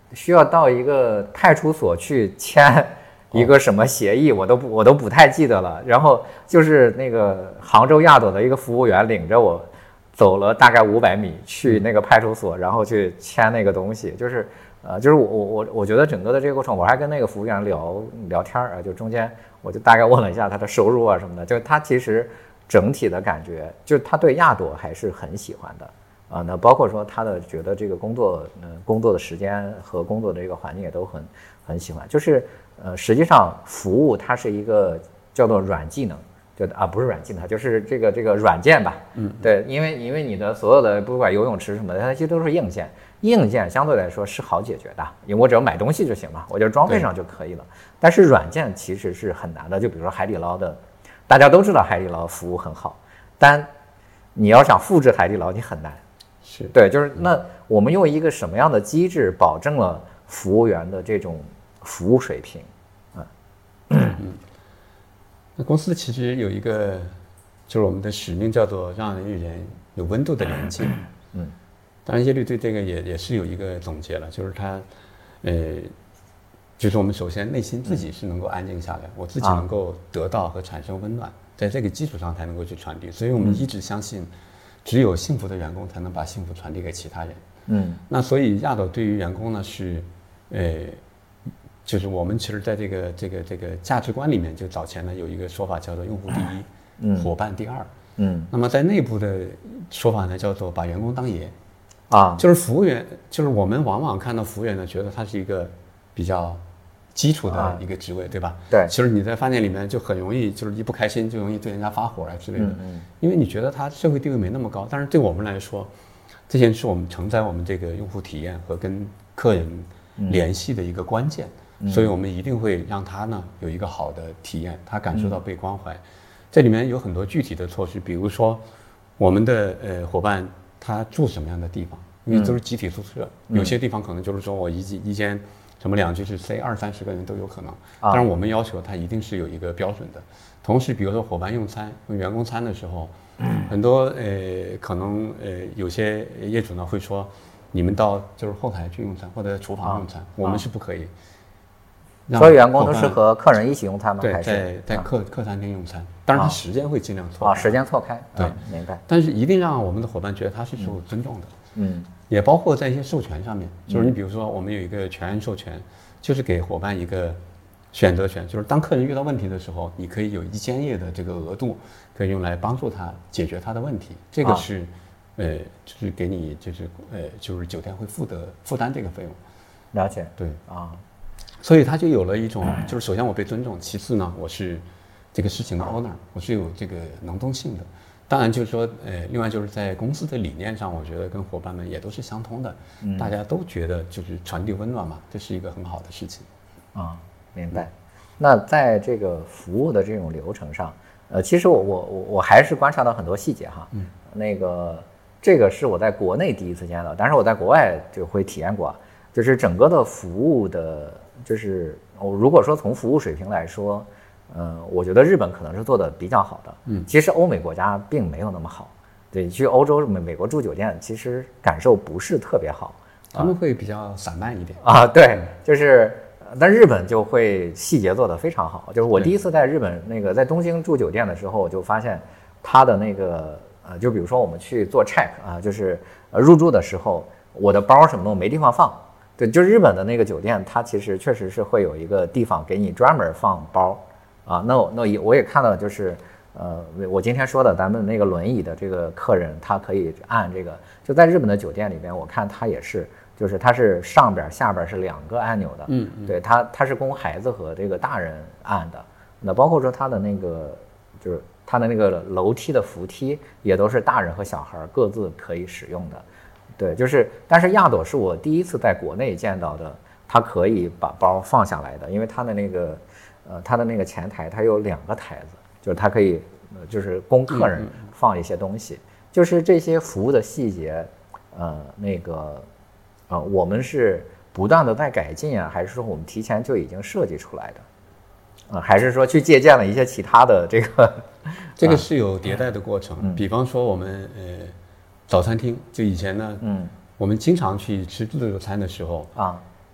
需要到一个派出所去签一个什么协议，我都不我都不太记得了。然后就是那个杭州亚朵的一个服务员领着我走了大概五百米去那个派出所，然后去签那个东西。就是呃，就是我我我我觉得整个的这个过程，我还跟那个服务员聊聊天啊，就中间我就大概问了一下他的收入啊什么的，就是他其实整体的感觉，就是他对亚朵还是很喜欢的啊。那包括说他的觉得这个工作，嗯、呃，工作的时间和工作的这个环境也都很很喜欢。就是呃，实际上服务它是一个叫做软技能。就啊，不是软技能，就是这个这个软件吧。嗯，对，因为因为你的所有的不管游泳池什么的，它其实都是硬件，硬件相对来说是好解决的，因为我只要买东西就行了，我就装配上就可以了。但是软件其实是很难的，就比如说海底捞的，大家都知道海底捞服务很好，但你要想复制海底捞，你很难。 是对，就是那我们用一个什么样的机制保证了服务员的这种服务水平？啊， 嗯。那公司其实有一个，就是我们的使命叫做让人与人有温度的连接。嗯，当然耶律对这个也也是有一个总结了，就是他，呃，就是我们首先内心自己是能够安静下来，我自己能够得到和产生温暖，在这个基础上才能够去传递。所以我们一直相信，只有幸福的员工才能把幸福传递给其他人。嗯，那所以亚朵对于员工呢是，呃。就是我们其实在这个这个这个价值观里面，就早前呢有一个说法叫做用户第一，嗯，伙伴第二，嗯，那么在内部的说法呢叫做把员工当爷，啊，就是服务员，就是我们往往看到服务员呢，觉得他是一个比较基础的一个职位，啊，对吧？ 对， 其实你在饭店里面就很容易，就是一不开心就容易对人家发火啊之类的，嗯嗯，因为你觉得他社会地位没那么高，但是对我们来说，这件是我们承载我们这个用户体验和跟客人联系的一个关键。嗯，所以我们一定会让他呢有一个好的体验，他感受到被关怀。嗯，这里面有很多具体的措施，比如说我们的呃伙伴他住什么样的地方，因为都是集体宿舍，嗯，有些地方可能就是说我一一间什么两居室塞二三十个人都有可能，当然我们要求他一定是有一个标准的。同时，比如说伙伴用餐用员工餐的时候，很多呃可能呃有些业主呢会说，你们到就是后台去用餐或者厨房用餐，啊，我们是不可以。 所有员工都是和客人一起用餐吗？ 对， 还是在在客、啊、客餐厅用餐，当然他时间会尽量错开。 啊，时间错开。 对， 啊，明白。 但是一定让我们的伙伴觉得他是受尊重的。嗯，也包括在一些授权上面，就是你比如说我们有一个全案授权，就是给伙伴一个选择权，就是当客人遇到问题的时候，你可以有一千页的这个额度，可以用来帮助他解决他的问题。这个是，啊、呃，就是给你就是呃就是酒店会负责负担这个费用。 了解。 对啊。所以他就有了一种，就是首先我被尊重，其次呢，我是这个事情的 owner， 我是有这个能动性的。当然就是说，呃，另外就是在公司的理念上，我觉得跟伙伴们也都是相通的，嗯，大家都觉得就是传递温暖嘛，这是一个很好的事情。 啊，明白。那在这个服务的这种流程上，呃，其实我我我我还是观察到很多细节哈。嗯。那个这个是我在国内第一次见到，但是我在国外就会体验过，就是整个的服务的。就是我如果说从服务水平来说，嗯、呃，我觉得日本可能是做的比较好的。嗯，其实欧美国家并没有那么好。对，去欧洲、美美国住酒店，其实感受不是特别好， 他们会比较散漫一点啊。对，就是，但日本就会细节做得非常好。就是我第一次在日本那个在东京住酒店的时候，我就发现他的那个呃，就比如说我们去做 check 啊，就是呃入住的时候，我的包什么的没地方放。对，就日本的那个酒店，它其实确实是会有一个地方给你专门放包，啊，那我那也我也看到，就是呃，我今天说的咱们那个轮椅的这个客人，他可以按这个，就在日本的酒店里边，我看他也是，就是它是上边下边是两个按钮的，嗯，嗯对，它它是供孩子和这个大人按的，那包括说它的那个就是它的那个楼梯的扶梯也都是大人和小孩各自可以使用的。对，就是，但是亚朵是我第一次在国内见到的，它可以把包放下来的，因为它的那个，呃，它的那个前台它有两个台子，就是它可以，呃，就是供客人放一些东西，就是这些服务的细节，呃，那个，呃，我们是不断的在改进啊，还是说我们提前就已经设计出来的，啊、呃，还是说去借鉴了一些其他的这个， 这个是有迭代的过程，嗯、比方说我们呃。早餐厅就以前呢，嗯，我们经常去吃自助餐的时候啊，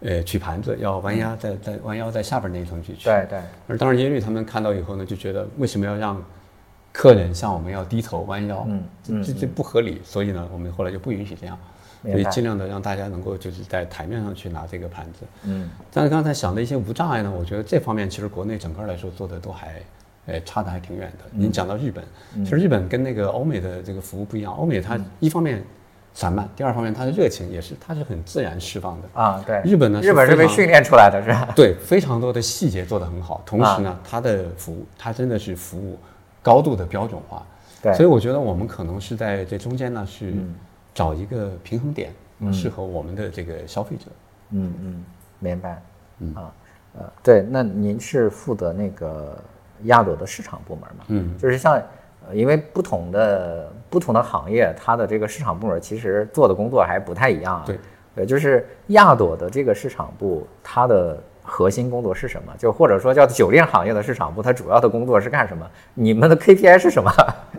呃取盘子，要弯压在在弯腰在下边那一层去取。 对对。 而当时耶律他们看到以后呢，就觉得为什么要让客人向我们要低头弯腰？ 嗯嗯， 这这不合理。所以呢，我们后来就不允许这样。所以尽量的让大家能够就是在台面上去拿这个盘子，嗯，但是刚才想的一些无障碍呢，我觉得这方面其实国内整个来说做的都还，呃，差的还挺远的。您讲到日本，其实日本跟那个欧美的这个服务不一样，欧美它一方面散漫，第二方面它的热情也是它是很自然释放的啊。对， 日本呢， 日本是被训练出来的，是吧？ 对，非常多的细节做得很好，同时呢，它的服务它真的是服务高度的标准化。对，所以我觉得我们可能是在这中间呢是找一个平衡点。适合我们的这个消费者。 嗯嗯，明白。嗯啊，呃，对，那您是负责那个亚朵的市场部门嘛？嗯，就是像，呃，因为不同的不同的行业，它的这个市场部门其实做的工作还不太一样啊。 对， 对，就是亚朵的这个市场部，它的核心工作是什么？就或者说叫酒店行业的市场部，它主要的工作是干什么？你们的 K P I 是什么？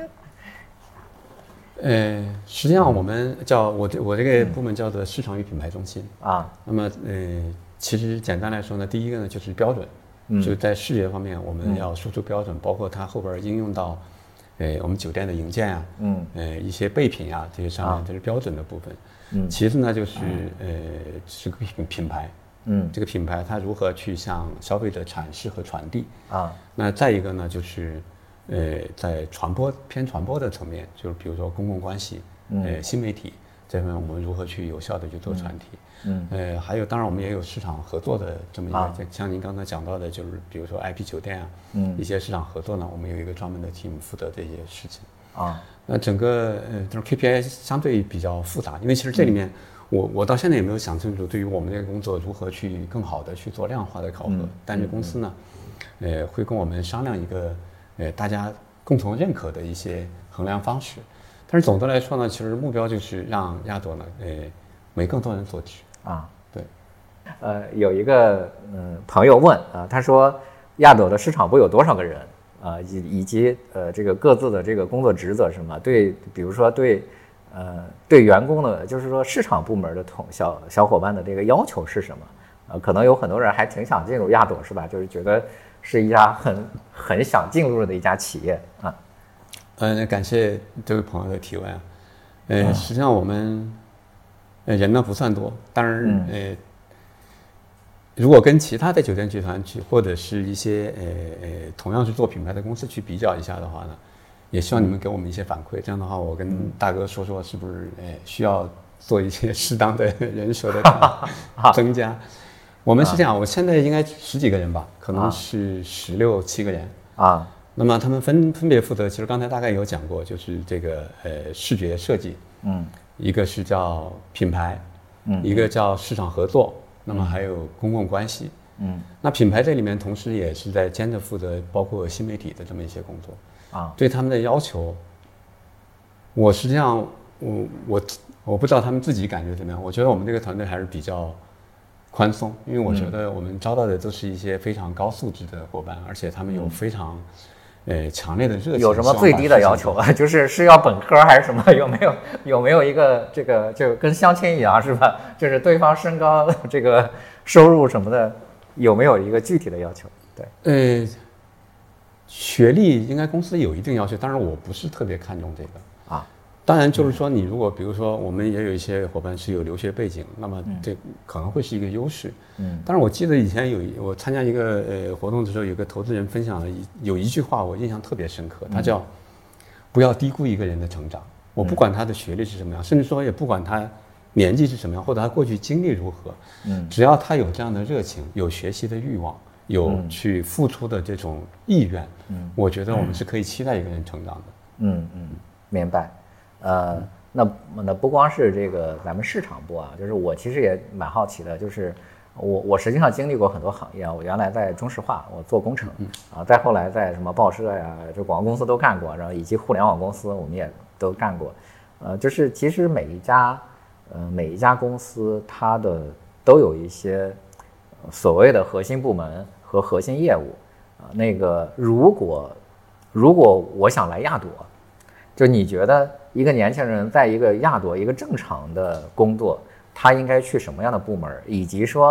呃，实际上我们叫我我这个部门叫做市场与品牌中心啊。那么呃，其实简单来说呢，第一个呢就是标准，嗯、就在视觉方面我们要输出标准，嗯、包括它后边应用到，呃，我们酒店的营建啊，嗯，呃，一些备品啊这些上面，这是标准的部分。嗯，其次呢就是呃是个品品牌，嗯，这个品牌它如何去向消费者阐释和传递啊？那再一个呢就是。呃，在传播偏传播的层面，就是比如说公共关系，呃，新媒体这方面，我们如何去有效的去做传递？嗯，呃，还有，当然我们也有市场合作的这么一个，啊、像您刚才讲到的，就是比如说 I P 酒店啊，嗯，一些市场合作呢，我们有一个专门的 team 负责这些事情。啊，那整个呃，就是 K P I 相对比较复杂，因为其实这里面，嗯、我我到现在也没有想清楚，对于我们这个工作如何去更好的去做量化的考核，嗯、但是公司呢，呃，会跟我们商量一个。呃，大家共同认可的一些衡量方式，但是总的来说呢，其实目标就是让亚朵呢，呃，为更多人所知啊。对， 呃，有一个嗯朋友问啊，他说亚朵的市场部有多少个人啊，以以及呃这个各自的这个工作职责是什么？对，比如说对呃对员工的，就是说市场部门的同小小伙伴的这个要求是什么？啊，可能有很多人还挺想进入亚朵是吧？就是觉得。是一家很很想进入的一家企业啊。 呃，感谢这位朋友的提问啊。呃，嗯、实际上我们呃人呢不算多，当然、嗯、呃，如果跟其他的酒店集团去，或者是一些呃呃同样是做品牌的公司去比较一下的话呢，也希望你们给我们一些反馈。这样的话，我跟大哥说说，是不是呃需要做一些适当的人手的增加。我们是这样，我现在应该十几个人吧，可能是十六七个人啊。那么他们分分别负责，其实刚才大概有讲过，就是这个呃视觉设计，嗯，一个是叫品牌，嗯，一个叫市场合作，那么还有公共关系，嗯。那品牌这里面同时也是在兼着负责包括新媒体的这么一些工作啊。对他们的要求，我实际上我我我不知道他们自己感觉怎么样，我觉得我们这个团队还是比较。宽松，因为我觉得我们招到的都是一些非常高素质的伙伴，而且他们有非常，呃，强烈的热情。 有什么最低的要求啊？就是是要本科还是什么？有没有有没有一个这个就跟相亲一样是吧？就是对方身高、这个收入什么的，有没有一个具体的要求？对， 呃，学历应该公司有一定要求，当然我不是特别看重这个啊。当然，就是说，你如果比如说，我们也有一些伙伴是有留学背景，那么这可能会是一个优势。嗯，但是我记得以前有我参加一个呃活动的时候，有个投资人分享了一有一句话，我印象特别深刻，他叫“不要低估一个人的成长”。我不管他的学历是什么样，甚至说也不管他年纪是什么样，或者他过去经历如何，嗯，只要他有这样的热情，有学习的欲望，有去付出的这种意愿，嗯，我觉得我们是可以期待一个人成长的。 嗯嗯，明白。呃，那那不光是这个咱们市场部啊，就是我其实也蛮好奇的，就是我我实际上经历过很多行业啊，我原来在中石化我做工程啊，再后来在什么报社呀、这广告公司都干过，然后以及互联网公司我们也都干过，呃，就是其实每一家呃每一家公司它的都有一些所谓的核心部门和核心业务啊，那个如果如果我想来亚朵，就你觉得一个年轻人在一个亚朵一个正常的工作，他应该去什么样的部门，以及说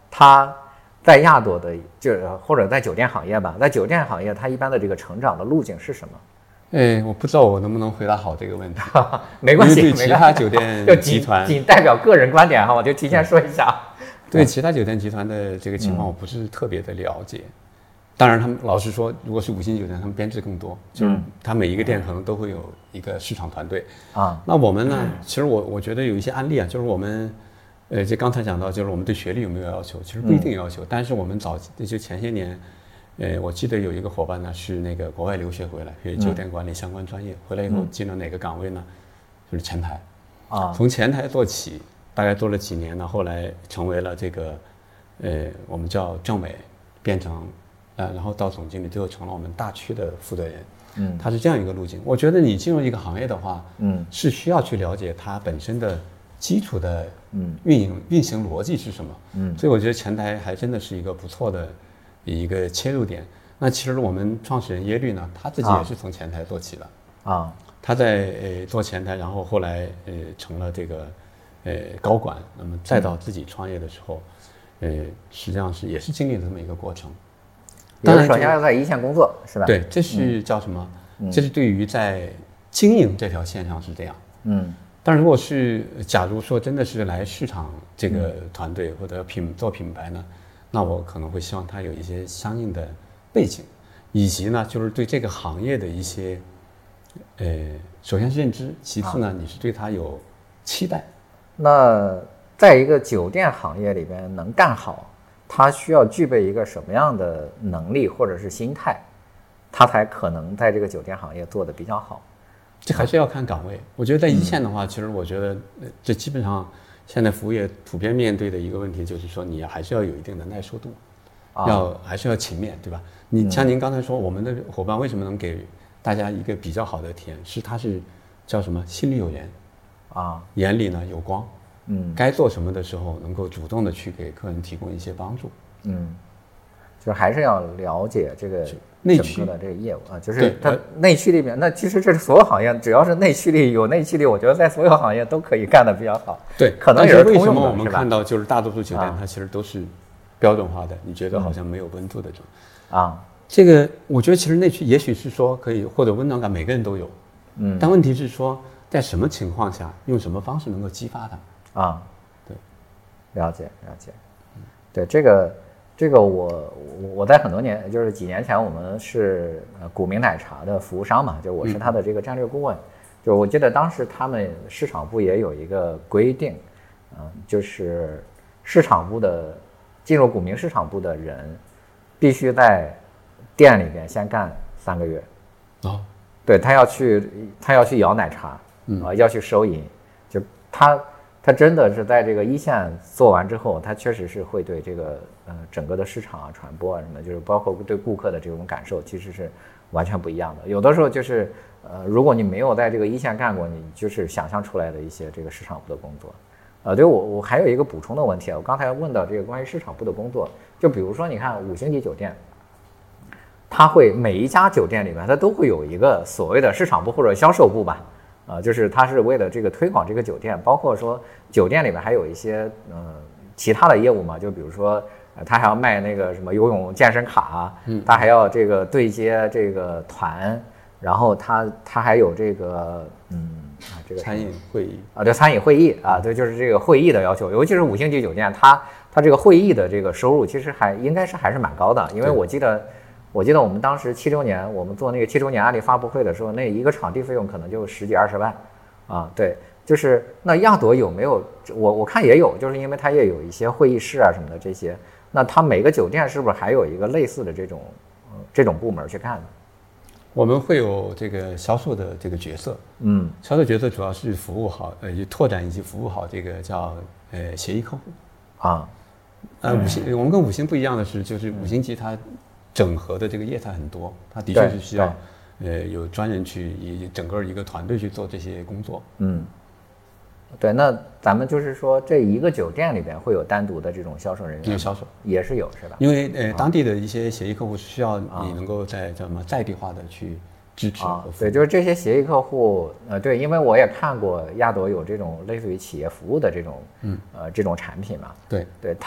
它在亚朵的就或者在酒店行业吧，在酒店行业它一般的这个成长的路径是什么？ 哎，我不知道我能不能回答好这个问题。 没关系， 因为对其他酒店集团， 仅代表个人观点哈，我就提前说一下。 对其他酒店集团的这个情况，我不是特别的了解。嗯、当然，他们老实说，如果是五星酒店，他们编制更多，就是他每一个店可能都会有一个市场团队啊、嗯。那我们呢？其实我我觉得有一些案例啊，就是我们，呃，就刚才讲到，就是我们对学历有没有要求？其实不一定要求，嗯、但是我们早就前些年。呃，我记得有一个伙伴呢，是那个国外留学回来，学酒店管理相关专业，回来以后进了哪个岗位呢？就是前台，啊，从前台做起，大概做了几年呢，后来成为了这个，呃，我们叫政委，变成，呃，然后到总经理，最后成了我们大区的负责人。嗯，他是这样一个路径。我觉得你进入一个行业的话，嗯，是需要去了解它本身的基础的，嗯，运营运行逻辑是什么。嗯，所以我觉得前台还真的是一个不错的。一个切入点。那其实我们创始人耶律呢，他自己也是从前台做起的啊。他在呃做前台，然后后来呃成了这个呃高管，那么再到自己创业的时候，呃实际上是也是经历了这么一个过程。 当然，首先要在一线工作，是吧？ 对，这是叫什么？嗯、这是对于在经营这条线上是这样。嗯。但如果是假如说真的是来市场这个团队或者品做品牌呢？那我可能会希望他有一些相应的背景，以及呢，就是对这个行业的一些，呃，首先是认知，其次呢，你是对他有期待。 那在一个酒店行业里边能干好，他需要具备一个什么样的能力或者是心态，他才可能在这个酒店行业做得比较好？ 这还是要看岗位。我觉得在一线的话，嗯、其实我觉得这基本上。现在服务业普遍面对的一个问题就是说，你还是要有一定的耐受度，啊、要还是要勤勉，对吧？你像您刚才说，我们的伙伴为什么能给大家一个比较好的体验？是他是叫什么？心里有人，啊，眼里呢有光，嗯，该做什么的时候能够主动的去给客人提供一些帮助， 嗯，就还是要了解这个内区的这个业务啊，就是它内驱力边。那其实这是所有行业，只要是内驱力有内驱力，我觉得在所有行业都可以干得比较好。 对， 可能也是通用的。 为什么我们看到就是大多数酒店它其实都是标准化的？你觉得好像没有温度的这种啊？这个我觉得其实内驱也许是说可以或者温暖感，每个人都有。嗯，但问题是说在什么情况下用什么方式能够激发它啊？对，了解了解。对这个。这个我我在很多年，就是几年前，我们是呃古茗奶茶的服务商嘛，就我是他的这个战略顾问。嗯、就我记得当时他们市场部也有一个规定，嗯、呃，就是市场部的进入古茗市场部的人，必须在店里边先干三个月。哦，对他要去他要去摇奶茶，啊、嗯呃，要去收银，就他。他真的是在这个一线做完之后，他确实是会对这个呃整个的市场啊、传播啊什么，就是包括对顾客的这种感受，其实是完全不一样的。有的时候就是呃，如果你没有在这个一线干过，你就是想象出来的一些这个市场部的工作。呃，对我我还有一个补充的问题啊，我刚才问到这个关于市场部的工作，就比如说你看五星级酒店，它会每一家酒店里面它都会有一个所谓的市场部或者销售部吧。啊、呃，就是它是为了这个推广这个酒店，包括说酒店里面还有一些呃其他的业务嘛，就比如说呃，他还要卖那个什么游泳健身卡啊，嗯，他还要这个对接这个团，然后他他还有这个嗯啊这个餐饮会议啊，对餐饮会议啊，对，就是这个会议的要求，尤其是五星级酒店，它它这个会议的这个收入其实还应该是还是蛮高的，因为我记得。我记得我们当时七周年，我们做那个七周年案例发布会的时候，那一个场地费用可能就十几二十万，啊，对，就是那亚朵有没有？我我看也有，就是因为它也有一些会议室啊什么的这些。那它每个酒店是不是还有一个类似的这种，呃、这种部门去干呢？ 我们会有这个销售的这个角色，嗯，销售角色主要是服务好，呃，拓展以及服务好这个叫呃协议客户，啊，呃，五星、嗯、我们跟五星不一样的是，就是五星级它。整合的这个业态很多，它的确是需要，呃，有专人去以整个一个团队去做这些工作。嗯， 对，那咱们就是说，这一个酒店里边会有单独的这种销售人员， 有销售也是有，是吧？ 因为呃，当地的一些协议客户是需要你能够在叫什么在地化的去支持啊。对，就是这些协议客户，呃，对，因为我也看过亚朵有这种类似于企业服务的这种，嗯，呃，这种产品嘛。 对， 对，它。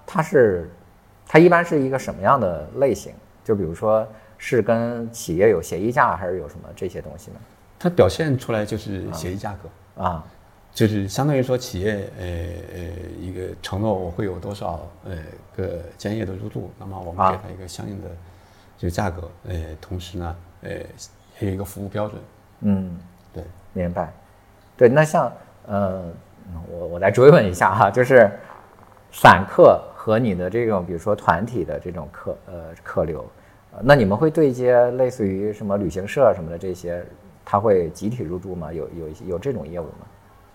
它是它一般是一个什么样的类型？就比如说是跟企业有协议价，还是有什么这些东西呢？ 它表现出来就是协议价格啊， 就是相当于说企业呃呃一个承诺我会有多少呃个间业的入驻，那么我们给它一个相应的这个价格，呃，同时呢，呃，也有一个服务标准。 嗯， 对， 明白。对，那像呃，我我来追问一下哈，就是散客和你的这种，比如说团体的这种客呃客流，呃那你们会对接类似于什么旅行社什么的这些，它会集体入驻吗？有有有这种业务吗？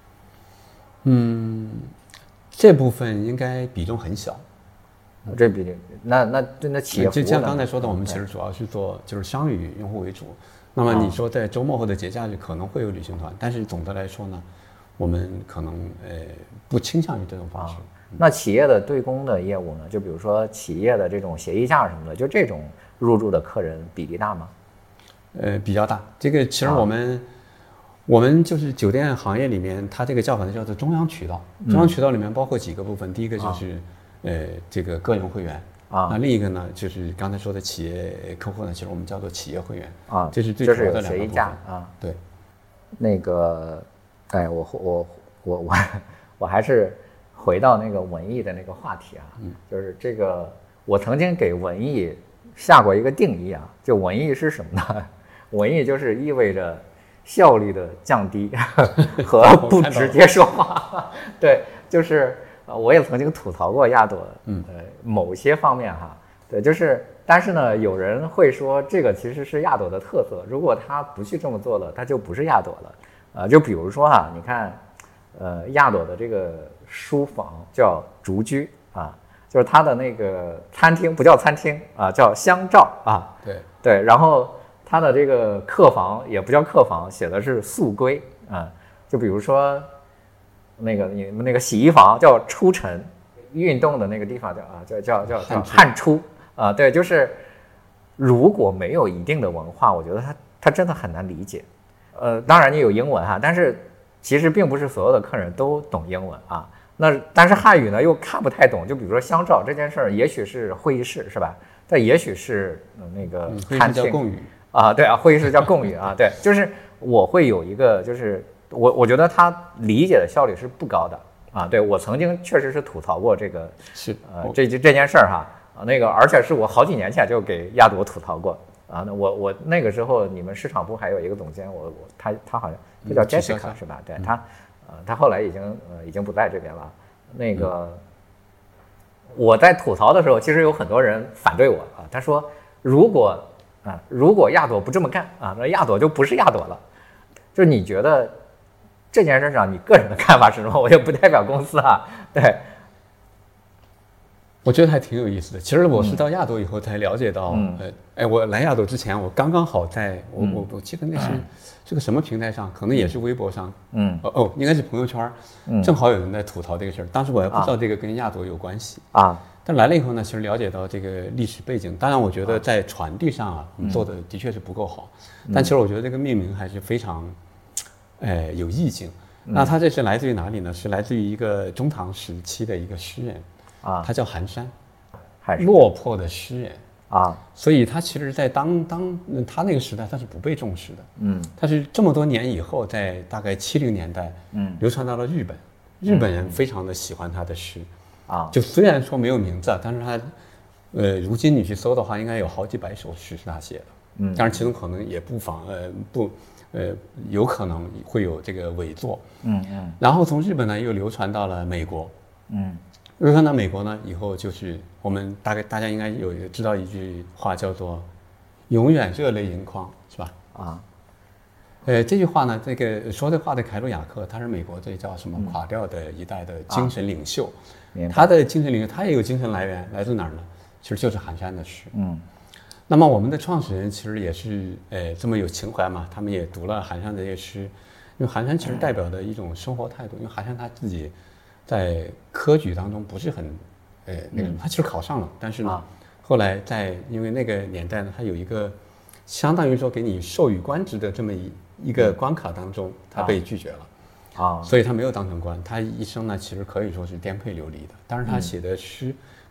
嗯，这部分应该比重很小。 这比那那那企业服务就像刚才说的，我们其实主要是做就是商旅用户为主。那么你说在周末或者节假日可能会有旅行团，但是总的来说呢，我们可能呃不倾向于这种方式。 那企业的对公的业务呢？就比如说企业的这种协议价什么的，就这种入驻的客人比例大吗？ 呃，比较大。这个其实我们、啊、我们就是酒店行业里面，它这个叫法呢叫做中央渠道。中央渠道里面包括几个部分，嗯、第一个就是。啊呃，这个个人会员啊，那另一个呢，就是刚才说的企业客户呢，其实我们叫做企业会员啊， 这是最主要的两个部分。 协议价啊， 对。 那个，哎，我我我我我还是回到那个文艺的那个话题啊，嗯，就是这个，我曾经给文艺下过一个定义啊，就文艺是什么呢？文艺就是意味着效率的降低和不直接说话，对，就是。我也曾经吐槽过亚朵，嗯，呃，某些方面哈，对，就是，但是呢，有人会说这个其实是亚朵的特色，如果他不去这么做了，他就不是亚朵了，呃，就比如说哈，你看，呃，亚朵的这个书房叫竹居啊，就是它的那个餐厅不叫餐厅啊，叫香照啊， 对对，然后它的这个客房也不叫客房，写的是素闺啊，就比如说。那个你们那个洗衣房叫出尘，运动的那个地方叫啊叫叫叫叫汗出啊，对，就是如果没有一定的文化，我觉得他他真的很难理解。呃，当然你有英文哈，但是其实并不是所有的客人都懂英文啊。那但是汉语呢又看不太懂，就比如说香照这件事儿，也许是会议室是吧？但也许是那个餐厅、 嗯、叫共语啊，对啊，会议室叫共语啊，对，就是我会有一个就是。我我觉得他理解的效率是不高的啊，对我曾经确实是吐槽过这个是呃这这件事儿哈啊那个，而且是我好几年前就给亚朵吐槽过啊，那我我那个时候你们市场部还有一个总监，我我他他好像他叫 Jessica、嗯、是吧？对他呃他后来已经呃已经不在这边了。那个、嗯、我在吐槽的时候，其实有很多人反对我啊，他说如果啊如果亚朵不这么干啊，那亚朵就不是亚朵了。就是你觉得？这件事上，你个人的看法是什么？我也不代表公司啊。对， 我觉得还挺有意思的。其实我是到亚朵以后才了解到， 嗯、 呃，哎，我来亚朵之前，我刚刚好在我、嗯、我我记得那是、嗯、是个什么平台上，可能也是微博上， 嗯， 哦哦，应该是朋友圈，嗯，正好有人在吐槽这个事儿。当时我还不知道这个跟亚朵有关系啊。 但来了以后呢，其实了解到这个历史背景。当然，我觉得在传递上啊，我们做的的确是不够好。嗯、但其实我觉得这个命名还是非常。哎，有意境。那他这是来自于哪里呢？是来自于一个中唐时期的一个诗人啊， 他叫寒山， 还是落魄的诗人啊。 所以他其实，在当当他那个时代，他是不被重视的。 嗯， 他是这么多年以后，在大概七零年代， 嗯， 流传到了日本，日本人非常的喜欢他的诗啊。 就虽然说没有名字，但是他，呃，如今你去搜的话，应该有好几百首诗是他写的。 嗯， 当然其中可能也不妨呃不。呃，有可能会有这个伪作， 嗯嗯， 然后从日本呢又流传到了美国， 嗯， 流传到美国呢以后，就是我们大概大家应该有知道一句话叫做“永远热泪盈眶”，是吧？ 啊， 呃，这句话呢，这个说这话的凯鲁亚克，他是美国这叫什么垮掉的一代的精神领袖， 嗯啊、 他的精神领袖，他也有精神来源，来自哪儿呢？其实就是寒山的诗， 嗯。 那么我们的创始人其实也是，呃，这么有情怀嘛，他们也读了寒山这些诗，因为寒山其实代表的一种生活态度，因为寒山他自己在科举当中不是很，呃，那个他其实考上了，但是呢，后来在因为那个年代呢，他有一个相当于说给你授予官职的这么一一个关卡当中，他被拒绝了， 啊， 所以他没有当成官，他一生呢其实可以说是颠沛流离的，当然他写的诗。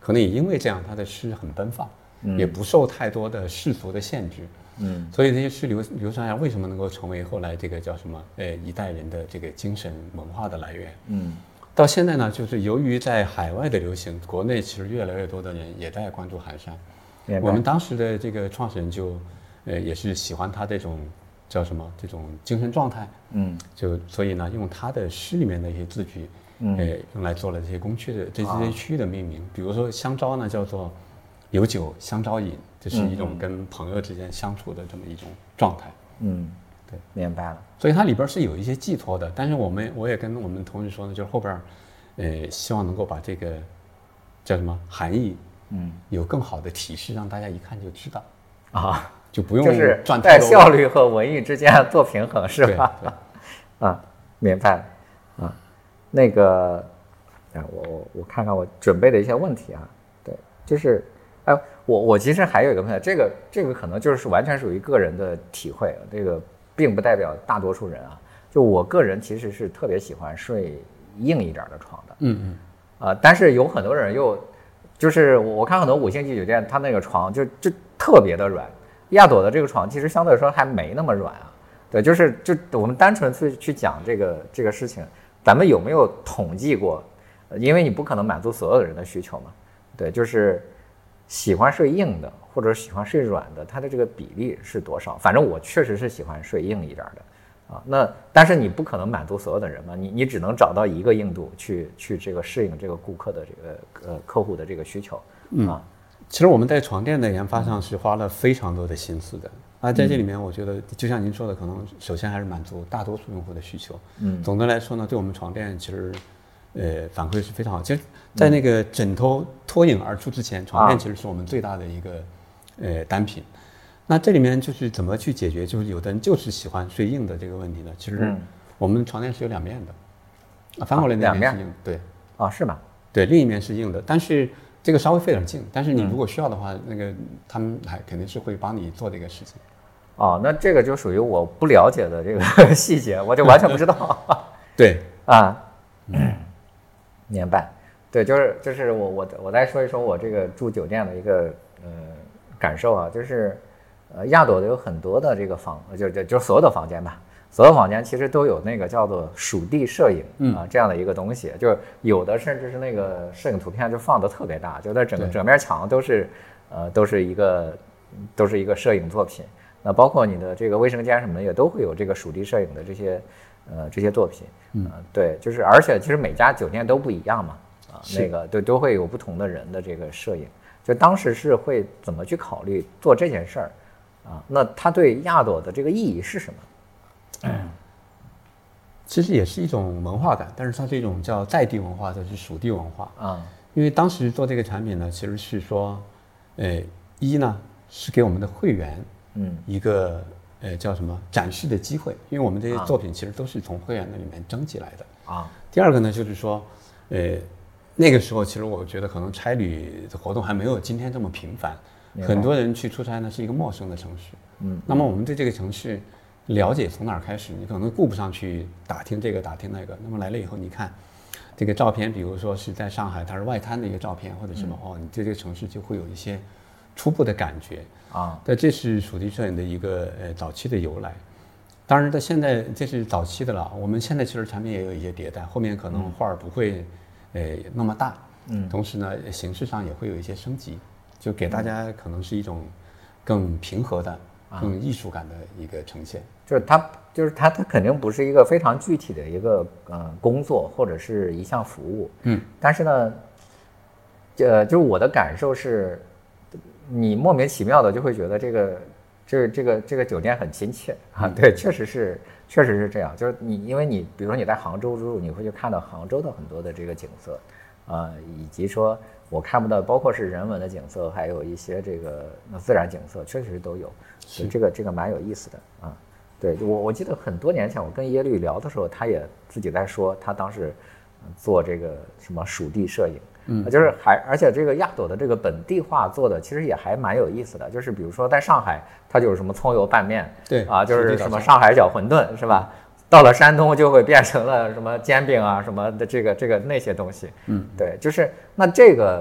可能也因为这样，他的诗很奔放，嗯、也不受太多的世俗的限制。嗯，所以这些诗流流传下，为什么能够成为后来这个叫什么呃一代人的这个精神文化的来源？嗯，到现在呢，就是由于在海外的流行，国内其实越来越多的人也在关注寒山。我们当时的这个创始人就呃也是喜欢他这种叫什么这种精神状态。嗯，就所以呢，用他的诗里面的一些字句，嗯，呃用来做了这些工区的这这些区域的命名。比如说香招呢，叫做有酒香招饮。这是一种跟朋友之间相处的这么一种状态。 嗯，对，明白了。 所以它里边是有一些寄托的，但是我们我也跟我们同事说呢，就是后边，呃，希望能够把这个叫什么含义，嗯，有更好的提示，让大家一看就知道啊， 就不用就是在效率和文艺之间做平衡，是吧？ 对对啊，明白了啊。那个，啊，我我我看看我准备的一些问题啊，对，就是。哎，我我其实还有一个问题，这个这个可能就是完全属于个人的体会，这个并不代表大多数人啊。就我个人其实是特别喜欢睡硬一点的床的， 嗯嗯， 啊、呃，但是有很多人又就是我看很多五星级酒店，它那个床就就特别的软，亚朵的这个床其实相对来说还没那么软啊。对，就是就我们单纯去去讲这个这个事情，咱们有没有统计过？因为你不可能满足所有的人的需求嘛，对，就是。喜欢睡硬的或者喜欢睡软的，它的这个比例是多少？反正我确实是喜欢睡硬一点的，啊，那但是你不可能满足所有的人嘛，你你只能找到一个硬度去去这个适应这个顾客的这个呃客户的这个需求啊。 嗯，其实我们在床垫的研发上是花了非常多的心思的。啊，在这里面我觉得就像您说的，可能首先还是满足大多数用户的需求。嗯，总的来说呢，对我们床垫其实。呃，反馈是非常好。其实，在那个枕头脱颖而出之前，床垫其实是我们最大的一个呃单品。那这里面就是怎么去解决？就是有的人就是喜欢睡硬的这个问题呢。其实我们床垫是有两面的，翻过来那面是硬的，对。 啊，是吗？ 对，另一面是硬的，但是这个稍微费点劲。但是你如果需要的话，那个他们还肯定是会帮你做这个事情。 哦，那这个就属于我不了解的这个细节，我就完全不知道。 对啊，嗯。明白，对，就是就是我我我再说一说我这个住酒店的一个呃感受啊，就是呃亚朵的有很多的这个房，就就就所有的房间吧，所有房间其实都有那个叫做属地摄影啊、呃、这样的一个东西，就是有的甚至是那个摄影图片就放得特别大，就在整个整面墙都是呃都是一个都是一个摄影作品，那包括你的这个卫生间什么的也都会有这个属地摄影的这些。呃，这些作品，嗯、呃，对，就是而且其实每家酒店都不一样嘛，啊、呃，那个对都会有不同的人的这个摄影，就当时是会怎么去考虑做这件事儿，啊，那它对亚朵的这个意义是什么？ 嗯，其实也是一种文化感，但是它是一种叫在地文化，就是属地文化啊、嗯。因为当时做这个产品呢，其实是说，呃，一呢是给我们的会员，嗯，一个。呃，叫什么展示的机会？因为我们这些作品其实都是从会员那里面征集来的啊。第二个呢，就是说，呃，那个时候其实我觉得可能差旅的活动还没有今天这么频繁，很多人去出差呢是一个陌生的城市，嗯，那么我们对这个城市了解从哪儿开始？你可能顾不上去打听这个打听那个，那么来了以后，你看这个照片，比如说是在上海，它是外滩的一个照片或者什么，嗯、哦，你对这个城市就会有一些初步的感觉。啊，但这是属地摄影的一个呃早期的由来，当然，在现在这是早期的了。我们现在其实产品也有一些迭代，后面可能画儿不会呃那么大，嗯，同时呢形式上也会有一些升级，就给大家可能是一种更平和的、更艺术感的一个呈现。 就是它，就是它，它肯定不是一个非常具体的一个呃工作或者是一项服务，嗯，但是呢，呃，就是我的感受是。你莫名其妙的就会觉得这个，这这个这个酒店很亲切啊，对，确实是，确实是这样。就是你，因为你比如说你在杭州住，你会去看到杭州的很多的这个景色，啊、呃，以及说我看不到，包括是人文的景色，还有一些这个自然景色，确实都有。所以这个这个蛮有意思的啊。对我我记得很多年前我跟耶律聊的时候，他也自己在说，他当时做这个什么属地摄影。嗯，就是还而且这个亚朵的这个本地化做的其实也还蛮有意思的，就是比如说在上海，它就是什么葱油拌面， 对啊，就是什么上海饺馄饨是吧？到了山东就会变成了什么煎饼啊什么的这个这个那些东西，嗯，对，就是那这个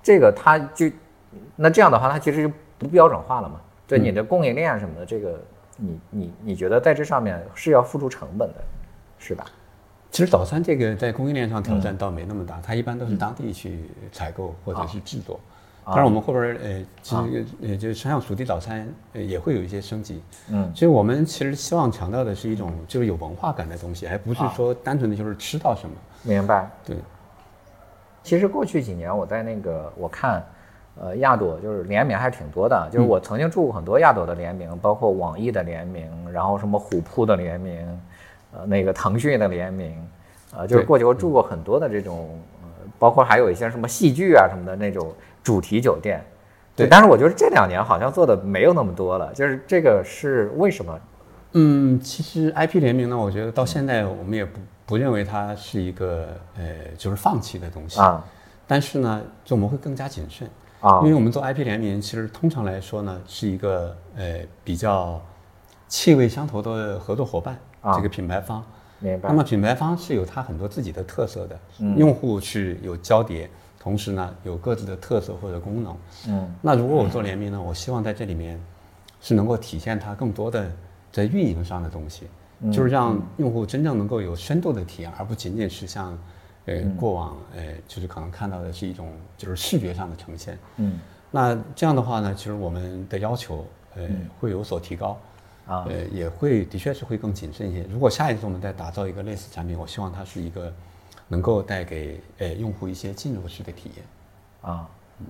这个它就那这样的话，它其实就不标准化了嘛。对你的供应链什么的，这个你你你觉得在这上面是要付出成本的，是吧？ 其实早餐这个在供应链上挑战倒没那么大，嗯、它一般都是当地去采购或者是制作。啊、当然，我们后边呃，其实呃，就是像属地早餐呃也会有一些升级。嗯，所以我们其实希望强调的是一种就是有文化感的东西，还不是说单纯的就是吃到什么。 明白。 对。 其实过去几年我在那个我看。呃，亚朵就是联名还挺多的，就是我曾经住过很多亚朵的联名，嗯、包括网易的联名，然后什么虎扑的联名，呃，那个腾讯的联名，呃，就是过去我住过很多的这种，呃，包括还有一些什么戏剧啊什么的那种主题酒店，对。但是我觉得这两年好像做的没有那么多了，就是这个是为什么？ 嗯，其实 I P 联名呢，我觉得到现在我们也不不认为它是一个呃就是放弃的东西啊，但是呢，就我们会更加谨慎。啊，因为我们做 I P 联名，其实通常来说呢，是一个呃比较气味相投的合作伙伴，啊、这个品牌方。 明白。 那么品牌方是有它很多自己的特色的，嗯、用户是有交叠，同时呢有各自的特色或者功能。嗯。那如果我做联名呢，我希望在这里面是能够体现它更多的在运营上的东西，嗯、就是让用户真正能够有深度的体验，而不仅仅是像。呃，过往呃，就是可能看到的是一种就是视觉上的呈现，嗯，那这样的话呢，其实我们的要求呃、嗯、会有所提高，啊，呃，也会的确是会更谨慎一些。如果下一次我们再打造一个类似产品，我希望它是一个能够带给呃用户一些进入式的体验，啊，嗯，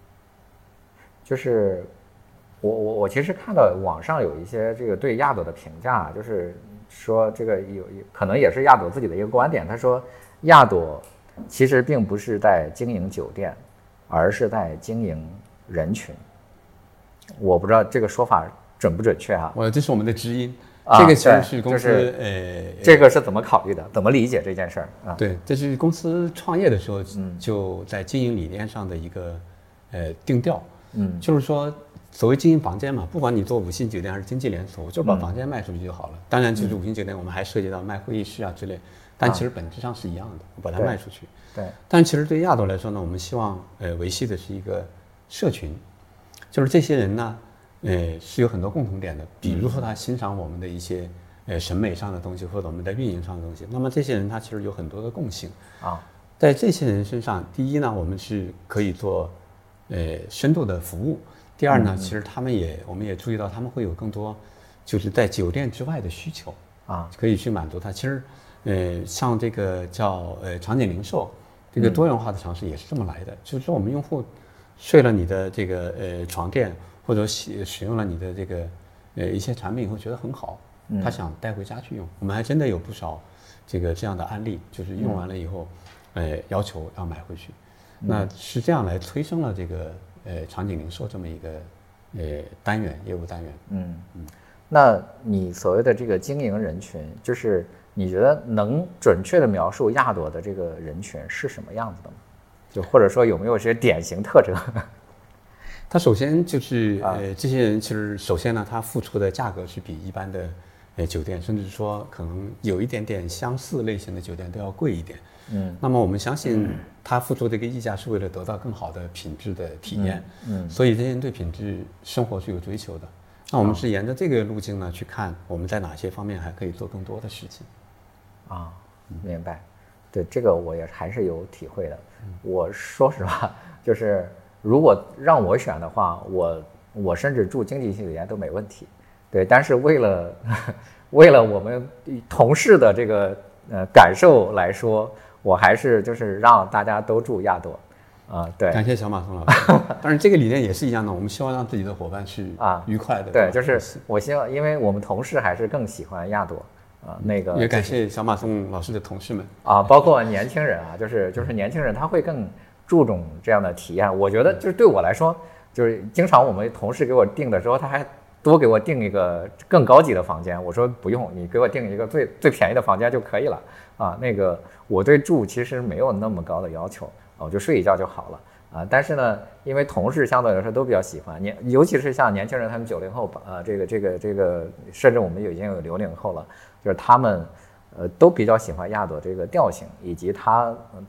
就是我我我其实看到网上有一些这个对亚朵的评价，就是说这个有可能也是亚朵自己的一个观点，他说。亚朵其实并不是在经营酒店，而是在经营人群。我不知道这个说法准不准确哈、啊？ 我这是我们的知音，啊、这个其实是公司、就是、 呃，这个是怎么考虑的？怎么理解这件事儿啊？ 对，这是公司创业的时候就在经营理念上的一个呃定调。嗯，就是说所谓经营房间嘛，不管你做五星酒店还是经济连锁，我就把房间卖出去就好了。嗯、当然，就是五星酒店我们还涉及到卖会议室啊之类。但其实本质上是一样的，我把它卖出去。 对。 但其实对亚朵来说呢，我们希望呃维系的是一个社群，就是这些人呢，呃是有很多共同点的，比如说他欣赏我们的一些呃审美上的东西，或者我们在运营上的东西。那么这些人他其实有很多的共性啊，在这些人身上，第一呢，我们是可以做呃深度的服务；第二呢，嗯、其实他们也我们也注意到他们会有更多就是在酒店之外的需求啊，可以去满足他。其实。呃，像这个叫呃场景零售，这个多元化的尝试也是这么来的。嗯、就是说，我们用户睡了你的这个呃床垫，或者使使用了你的这个呃一些产品以后觉得很好，嗯、他想带回家去用。我们还真的有不少这个这样的案例，就是用完了以后，嗯、呃要求要买回去，嗯、那是这样来催生了这个呃场景零售这么一个呃单元业务单元。 嗯嗯，那你所谓的这个经营人群，就是你觉得能准确的描述亚朵的这个人群是什么样子的吗？就或者说有没有一些典型特征？ 他首先就是呃，这些人其实首先呢，他付出的价格是比一般的呃酒店，甚至说可能有一点点相似类型的酒店都要贵一点。嗯，那么我们相信他付出这个溢价是为了得到更好的品质的体验。嗯，嗯所以这些人对品质生活是有追求的。那我们是沿着这个路径呢去看，我们在哪些方面还可以做更多的事情。 啊，明白。对这个我也还是有体会的。我说实话，就是如果让我选的话，我我甚至住经济性酒店都没问题。对，但是为了为了我们同事的这个呃感受来说，我还是就是让大家都住亚朵。啊，对， 感谢小马宋老师。当然，这个理念也是一样的，我们希望让自己的伙伴是啊愉快的。 对，就是我希望，因为我们同事还是更喜欢亚朵。啊，那个也感谢小马宋老师的同事们啊，包括年轻人啊，就是就是年轻人他会更注重这样的体验。我觉得就是对我来说，就是经常我们同事给我订的时候，他还多给我订一个更高级的房间。我说不用，你给我订一个最最便宜的房间就可以了啊。那个我对住其实没有那么高的要求，我就睡一觉就好了。啊，但是呢，因为同事相对来说都比较喜欢年，尤其是像年轻人，他们九零后，呃，这个这个这个，甚至我们已经有零零后了，就是他们，呃，都比较喜欢亚朵这个调性，以及它它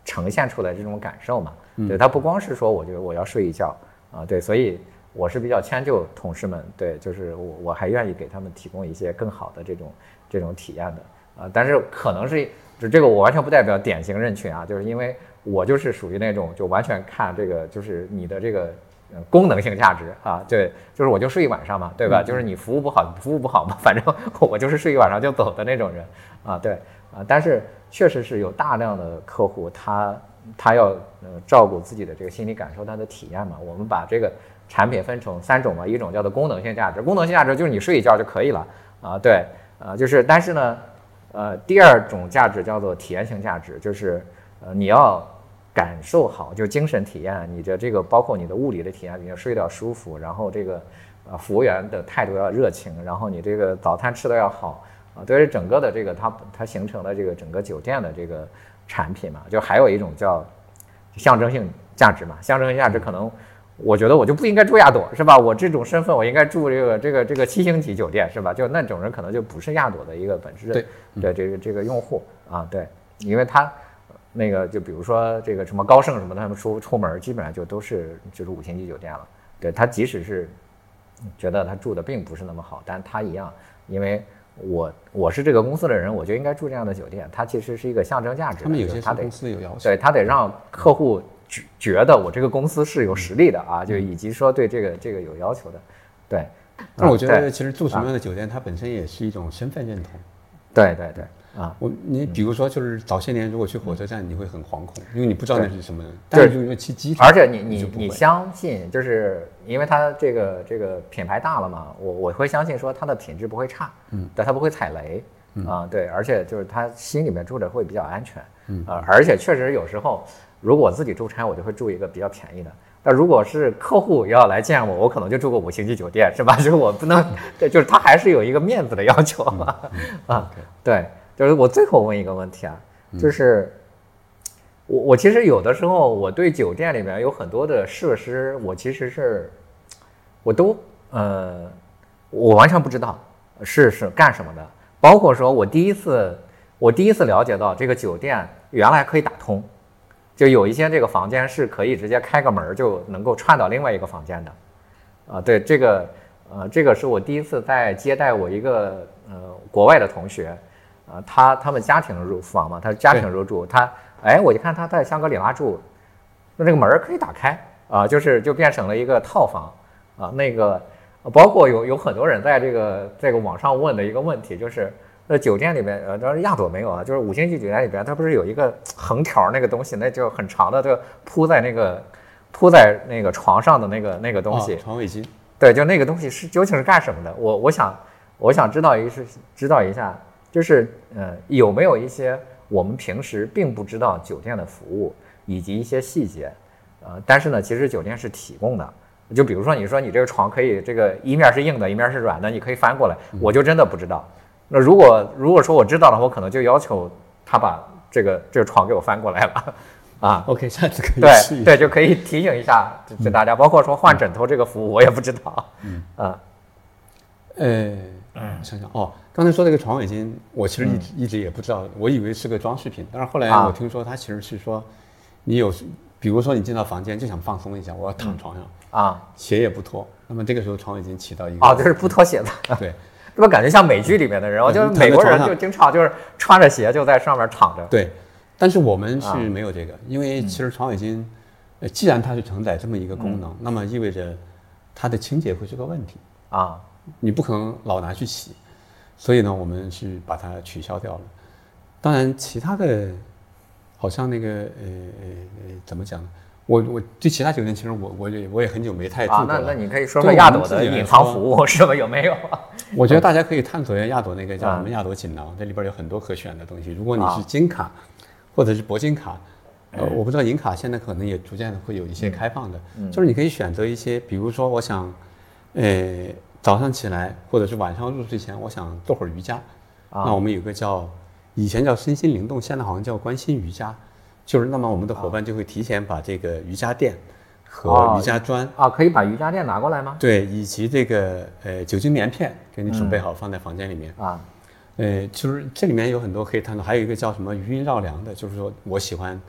呈现出来这种感受嘛。对，它不光是说我就我要睡一觉啊，对，所以我是比较迁就同事们，对，就是我我还愿意给他们提供一些更好的这种这种体验的啊，但是可能是就这个我完全不代表典型人群啊，就是因为我就是属于那种就完全看这个就是你的这个功能性价值啊，对，就是我就睡一晚上嘛，对吧？就是你服务不好，服务不好嘛，反正我就是睡一晚上就走的那种人啊，对啊，但是确实是有大量的客户他。他要呃照顾自己的这个心理感受，他的体验嘛。我们把这个产品分成三种嘛，一种叫做功能性价值，功能性价值就是你睡一觉就可以了啊，对，呃，就是但是呢，呃，第二种价值叫做体验性价值，就是呃你要感受好，就精神体验，你的这个包括你的物理的体验，比如睡得舒服，然后这个呃服务员的态度要热情，然后你这个早餐吃的要好啊，对于整个的这个它它形成了这个整个酒店的这个。产品嘛，就还有一种叫象征性价值嘛，象征性价值可能我觉得我就不应该住亚朵是吧？我这种身份我应该住这个这个这个七星级酒店是吧？就那种人可能就不是亚朵的一个本质对对这个这个用户啊，对，因为他那个就比如说这个什么高盛什么的，他们出出门基本上就都是就是五星级酒店了。对他即使是觉得他住的并不是那么好，但他一样，因为。我我是这个公司的人，我就应该住这样的酒店。它其实是一个象征价值的。 他们有些公司有要求， 对他得让客户觉得我这个公司是有实力的啊，就以及说对这个这个有要求的，对。 但我觉得其实住什么样的酒店，它本身也是一种身份认同。 对对对。啊， 我你比如说，就是早些年如果去火车站，你会很惶恐，因为你不知道那是什么。但是就是去机场， 而且你你你相信，就是因为它这个这个品牌大了嘛，我我会相信说它的品质不会差，嗯，但它不会踩雷，嗯啊，对，而且就是他心里面住着会比较安全，嗯啊，而且确实有时候如果我自己出差，我就会住一个比较便宜的。那如果是客户要来见我，我可能就住个五星级酒店，是吧？就是我不能，对，就是他还是有一个面子的要求嘛，啊，对。就是我最后问一个问题啊，就是我我其实有的时候我对酒店里面有很多的设施，我其实是我都呃我完全不知道是是干什么的，包括说我第一次我第一次了解到这个酒店原来可以打通，就有一些这个房间是可以直接开个门就能够串到另外一个房间的，啊，对，这个呃这个是我第一次在接待我一个呃国外的同学。啊，他他们家庭入房嘛，他家庭入住，他哎，我一看他在香格里拉住，那这个门可以打开啊，就是就变成了一个套房啊。那个包括有有很多人在这个这个网上问的一个问题，就是呃酒店里面呃，当然亚朵没有啊，就是五星级酒店里边，它不是有一个横条那个东西，那就很长的，就铺在那个铺在那个床上的那个那个东西， 哦、床围巾。 对，就那个东西是究竟是干什么的？我我想我想知道一是知道一下。就是呃有没有一些我们平时并不知道酒店的服务以及一些细节，呃，但是呢，其实酒店是提供的。就比如说你说你这个床可以这个一面是硬的，一面是软的，你可以翻过来，我就真的不知道。那如果如果说我知道的话，我可能就要求他把这个这个床给我翻过来了。啊 ，OK， 下次可以试一下。对对，就可以提醒一下就大家，包括说换枕头这个服务我也不知道。嗯啊， 呃。嗯，想想哦，刚才说这个床围巾，我其实一直、嗯、一直也不知道，我以为是个装饰品，但是后来我听说它其实是说，你有，比如说你进到房间就想放松一下，我要躺床上、嗯、啊，鞋也不脱，那么这个时候床围巾起到一个啊，就是不脱鞋的， 对， 这不感觉像美剧里面的人，我就是美国人就经常就是穿着鞋就在上面躺着， 对，但是我们是没有这个，啊、因为其实床围巾，呃，既然它是承载这么一个功能，嗯、那么意味着它的清洁会是个问题啊。你不可能老拿去洗，所以呢，我们是把它取消掉了。当然，其他的，好像那个呃呃怎么讲呢？我我对其他酒店其实我我也我也很久没太住过了。 啊，那那你可以说说亚朵的隐藏服务是吧？有没有？ 我觉得大家可以探索一下亚朵那个叫什么亚朵锦囊，这里边有很多可选的东西。如果你是金卡，或者是铂金卡，呃，我不知道银卡现在可能也逐渐会有一些开放的，就是你可以选择一些，比如说我想，呃。早上起来，或者是晚上入睡前，我想做会儿瑜伽。啊、那我们有个叫，以前叫身心灵动，现在好像叫关心瑜伽。就是那么我们的伙伴就会提前把这个瑜伽垫和瑜伽砖、 哦、啊，可以把瑜伽垫拿过来吗？ 对，以及这个呃酒精棉片给你准备好，放在房间里面、嗯、啊。呃，就是这里面有很多可以探讨，还有一个叫什么余音绕梁的，就是说我喜欢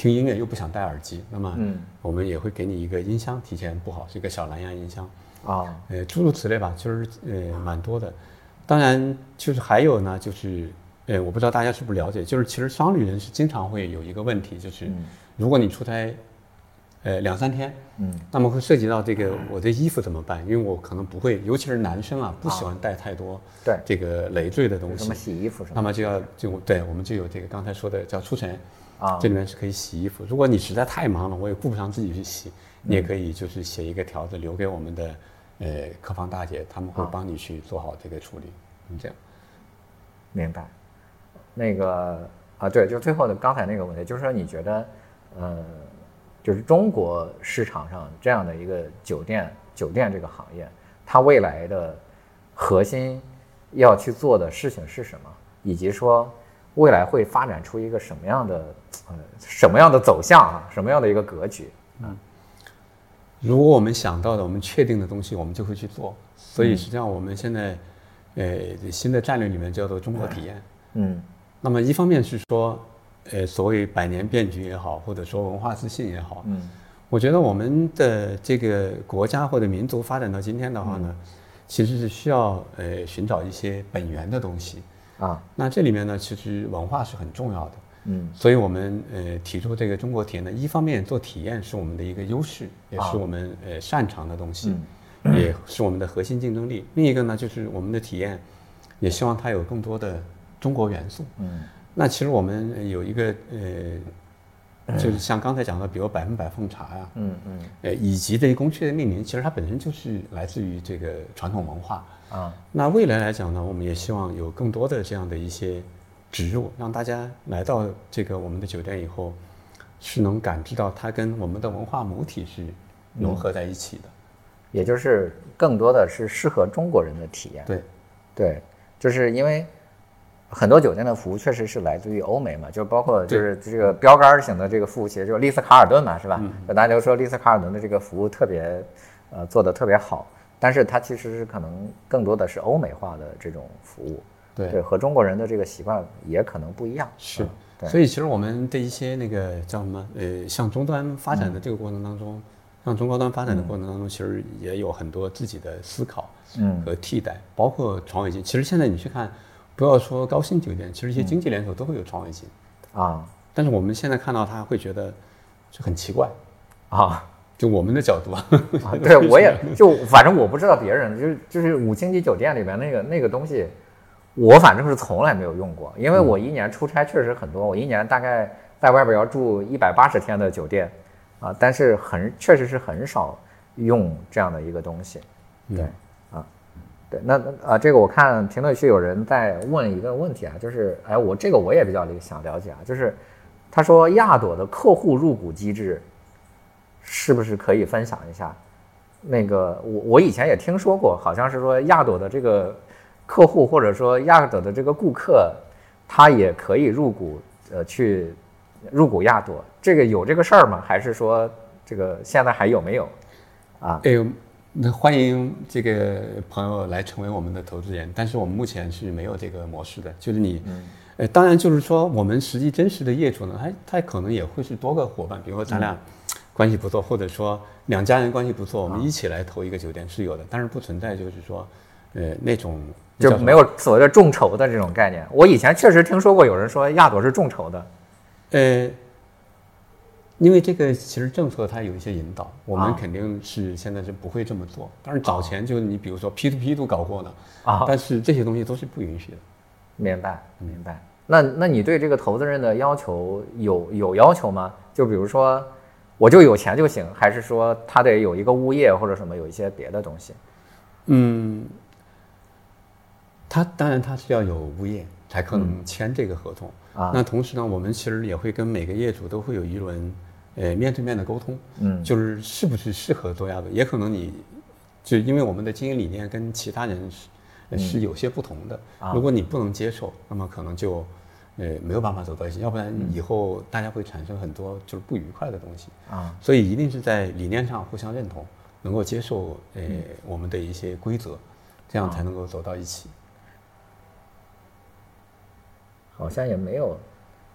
听音乐又不想戴耳机，那么我们也会给你一个音箱提前布好，是一个小蓝牙音箱啊， 呃，诸如此类吧，就是呃蛮多的。当然，就是还有呢，就是呃，我不知道大家是不是了解，就是其实商旅人士经常会有一个问题，就是如果你出差，呃两三天，嗯，那么会涉及到这个我的衣服怎么办？因为我可能不会，尤其是男生啊，不喜欢带太多对这个累赘的东西， 什么洗衣服什么， 那么就要就对我们就有这个刚才说的叫出尘。 啊， 这里面是可以洗衣服。如果你实在太忙了，我也顾不上自己去洗，你也可以就是写一个条子留给我们的呃客房大姐，他们会帮你去做好这个处理。嗯，这样。 明白。那个啊，对，就最后的刚才那个问题，就是说你觉得，呃，就是中国市场上这样的一个酒店酒店这个行业，它未来的核心要去做的事情是什么，以及说。未来会发展出一个什么样的呃什么样的走向啊？什么样的一个格局？ 嗯，如果我们想到的、我们确定的东西，我们就会去做。所以实际上我们现在，呃，新的战略里面叫做中国体验。嗯，那么一方面是说，呃，所谓百年变局也好，或者说文化自信也好，嗯，我觉得我们的这个国家或者民族发展到今天的话呢，嗯、其实是需要呃寻找一些本源的东西。啊，那这里面呢，其实文化是很重要的，嗯，所以我们呃提出这个中国体验呢，一方面做体验是我们的一个优势，也是我们呃擅长的东西，嗯、也是我们的核心竞争力。另一个呢，就是我们的体验，也希望它有更多的中国元素。嗯，那其实我们有一个呃，就是像刚才讲的，比如百分百奉茶呀，嗯嗯，呃，以及这些宫阙的命名，其实它本身就是来自于这个传统文化。啊，那未来来讲呢，我们也希望有更多的这样的一些植入，让大家来到这个我们的酒店以后，是能感知到它跟我们的文化母体是融合在一起的，嗯、 也就是更多的是适合中国人的体验。 对， 对，就是因为很多酒店的服务确实是来自于欧美嘛，就包括就是这个标杆型的这个服务，其实就是丽思卡尔顿嘛，是吧？嗯、大家都说丽思卡尔顿的这个服务特别，呃，做得特别好。但是它其实是可能更多的是欧美化的这种服务， 对， 对，和中国人的这个习惯也可能不一样。 是，嗯、所以其实我们的一些那个叫什么呃，向终端发展的这个过程当中，嗯、向中高端发展的过程当中，嗯、其实也有很多自己的思考，嗯，和替代，嗯、包括床尾巾。其实现在你去看，不要说高新酒店，其实一些经济连锁都会有床尾巾，嗯、啊。但是我们现在看到它会觉得就很奇怪，啊。就我们的角度啊， 啊对，我也就反正我不知道别人，就是就是五星级酒店里边那个那个东西，我反正是从来没有用过，因为我一年出差确实很多，我一年大概在外边要住一百八十天的酒店，啊，但是很确实是很少用这样的一个东西，对，啊，对，那啊这个我看评论区有人在问一个问题啊，就是哎我这个我也比较想了解啊，就是他说亚朵的客户入股机制。是不是可以分享一下？那个我我以前也听说过，好像是说亚朵的这个客户或者说亚朵的这个顾客，他也可以入股，呃，去入股亚朵，这个有这个事儿吗？还是说这个现在还有没有？啊， 哎呦，那欢迎这个朋友来成为我们的投资人，但是我们目前是没有这个模式的，就是你，嗯、呃，当然就是说我们实际真实的业主呢，他他可能也会是多个伙伴，比如说咱俩。嗯关系不错，或者说两家人关系不错，我们一起来投一个酒店是有的，但是不存在就是说，呃，那种就没有所谓的众筹的这种概念。我以前确实听说过有人说亚朵是众筹的， 呃，因为这个其实政策它有一些引导，我们肯定是现在是不会这么做。但是早前就你比如说 P to P 都搞过的啊，但是这些东西都是不允许的。 明白，明白。那那你对这个投资人的要求有有要求吗？就比如说。我就有钱就行，还是说他得有一个物业或者什么，有一些别的东西？ 嗯，他当然他是要有物业才可能签这个合同、嗯、啊。那同时呢，我们其实也会跟每个业主都会有一轮呃面对面的沟通，嗯，就是是不是适合做亚朵，也可能你就因为我们的经营理念跟其他人是、嗯、是有些不同的、啊，如果你不能接受，那么可能就。呃，没有办法走到一起，要不然以后大家会产生很多就是不愉快的东西啊，所以一定是在理念上互相认同，能够接受呃、嗯、我们的一些规则，这样才能够走到一起。 好像也没有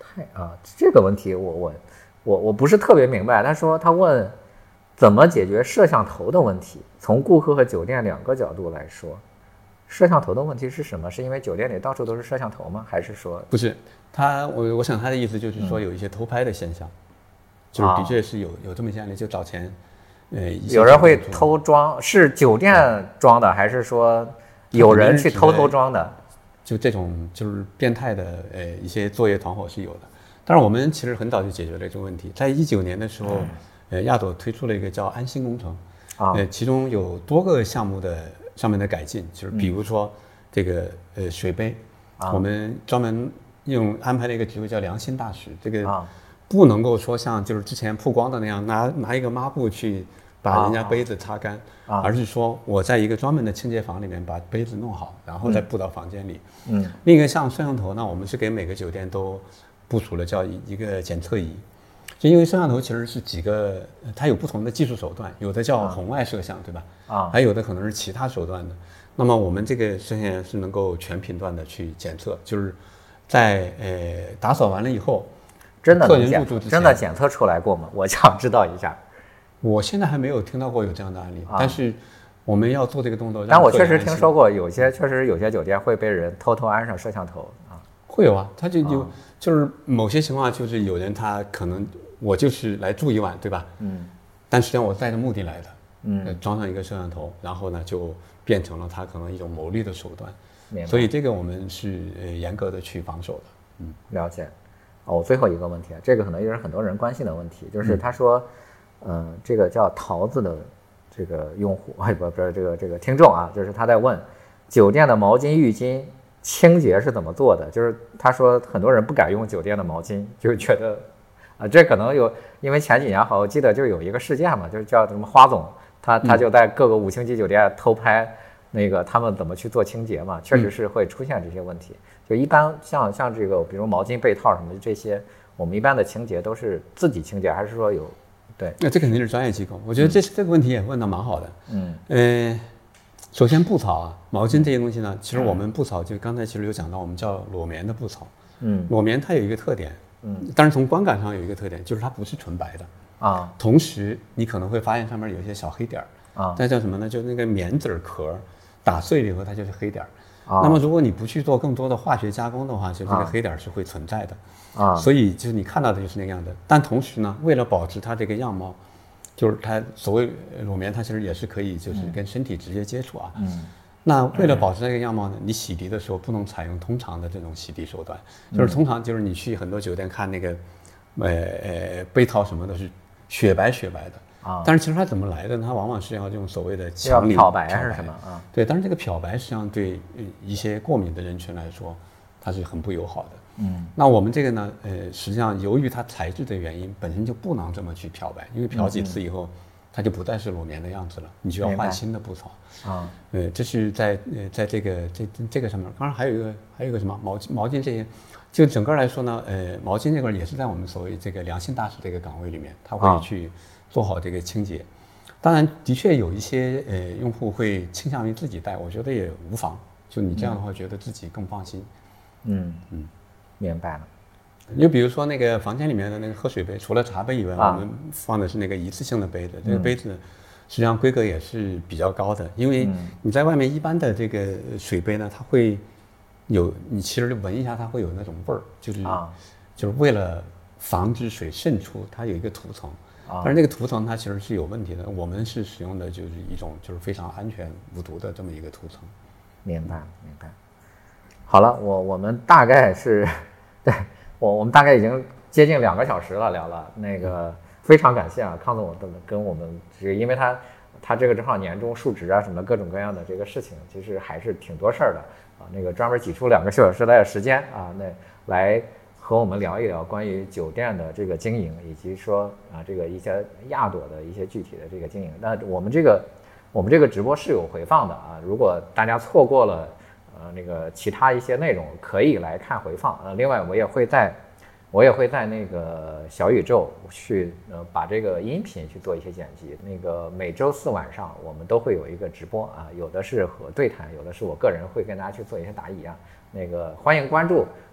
嗨啊，这个问题我我我我不是特别明白。他说他问怎么解决摄像头的问题，从顾客和酒店两个角度来说，摄像头的问题是什么？是因为酒店里到处都是摄像头吗？还是说不是？他我我想他的意思就是说有一些偷拍的现象，嗯、就是的确是有有这么一些案例。就早前，呃， 有人会偷装，是酒店装的，还是说有人去偷偷装的？ 就这种就是变态的呃一些作业团伙是有的。但是我们其实很早就解决了这个问题，在一九年的时候，嗯、呃，亚朵推出了一个叫安心工程，啊、呃，其中有多个项目的上面的改进，就是比如说这个呃水杯，啊、我们专门用安排了一个职位叫良心大使，这个不能够说像就是之前曝光的那样拿拿一个抹布去把人家杯子擦干，啊、而是说我在一个专门的清洁房里面把杯子弄好，然后再布到房间里。嗯，另一个像摄像头呢，我们是给每个酒店都部署了叫一个检测仪，就因为摄像头其实是几个，它有不同的技术手段，有的叫红外摄像，对吧？啊，还有的可能是其他手段的。那么我们这个摄像是能够全频段的去检测，就是在呃打扫完了以后， 真的客人入住之前真的检测出来过吗？我想知道一下。 我现在还没有听到过有这样的案例，啊、但是我们要做这个动作。 但我确实听说过，有些确实有些酒店会被人偷偷安上摄像头啊。 会有啊，他就有、啊、就是某些情况就是有人他可能我就是来住一晚，对吧？嗯。但实际上我带着目的来的，嗯，装上一个摄像头，然后呢就变成了他可能一种牟利的手段。明白。所以这个我们是呃严格的去防守的。 嗯，了解。哦，最后一个问题，这个可能也是很多人关心的问题，就是他说。嗯嗯、呃，这个叫桃子的这个用户，哎，不不是这个这个听众啊，就是他在问酒店的毛巾、浴巾清洁是怎么做的。就是他说很多人不敢用酒店的毛巾，就觉得啊，这可能有，因为前几年好，我记得就有一个事件嘛，就是叫什么花总，他他就在各个五星级酒店偷拍那个他们怎么去做清洁嘛，确实是会出现这些问题。就一般像像这个，比如毛巾、被套什么的这些，我们一般的清洁都是自己清洁，还是说有？对， 那这肯定是专业机构。我觉得这、嗯、这个问题也问得蛮好的。嗯，呃，首先布草啊，毛巾这些东西呢，其实我们布草就刚才其实有讲到，我们叫裸棉的布草。嗯，裸棉它有一个特点，嗯，但是从观感上有一个特点，就是它不是纯白的啊。同时，你可能会发现上面有一些小黑点儿啊，那叫什么呢？就那个棉籽壳打碎了以后，它就是黑点儿。啊，那么如果你不去做更多的化学加工的话，其实这个黑点是会存在的。啊，所以就是你看到的就是那个样子，但同时呢，为了保持它这个样貌，就是它所谓裸棉，它其实也是可以就是跟身体直接接触啊。嗯，那为了保持这个样貌呢，你洗涤的时候不能采用通常的这种洗涤手段，就是通常就是你去很多酒店看那个，呃呃被套什么的是雪白雪白的啊，但是其实它怎么来的？它往往是要用所谓的强力漂白还是什么啊？ 对，但是这个漂白实际上对一些过敏的人群来说，它是很不友好的。嗯，那我们这个呢，呃，实际上由于它材质的原因，本身就不能这么去漂白，因为漂几次以后，嗯、它就不再是裸棉的样子了，你就要换新的布草啊。呃，这是在呃在这个这这个上面，当然还有一个还有一个什么毛巾毛巾这些，就整个来说呢，呃，毛巾这块也是在我们所谓这个良心大使这个岗位里面，他会去做好这个清洁。当然，的确有一些呃用户会倾向于自己带，我觉得也无妨，就你这样的话，觉得自己更放心。 嗯嗯。明白了， 就比如说那个房间里面的那个喝水杯，除了茶杯以外，啊、我们放的是那个一次性的杯子。这个杯子实际上规格也是比较高的，因为你在外面一般的这个水杯呢，它会有你其实闻一下，它会有那种味儿，就是、啊、就是为了防止水渗出，它有一个涂层。但是那个涂层它其实是有问题的，我们是使用的就是一种就是非常安全无毒的这么一个涂层。 明白明白。好了，我我们大概是。对我，我们大概已经接近两个小时了，聊了那个，非常感谢啊，康总跟我们这个，因为他他这个正好年终述职啊什么各种各样的这个事情，其实还是挺多事儿的啊。那个专门挤出两个小时来的时间啊，那来和我们聊一聊关于酒店的这个经营，以及说啊这个一些亚朵的一些具体的这个经营。那我们这个我们这个直播是有回放的啊，如果大家错过了。呃，那个其他一些内容可以来看回放。呃，另外我也会在，我也会在那个小宇宙去呃把这个音频去做一些剪辑。那个每周四晚上我们都会有一个直播啊，有的是和对谈，有的是我个人会跟大家去做一些答疑啊。那个欢迎关注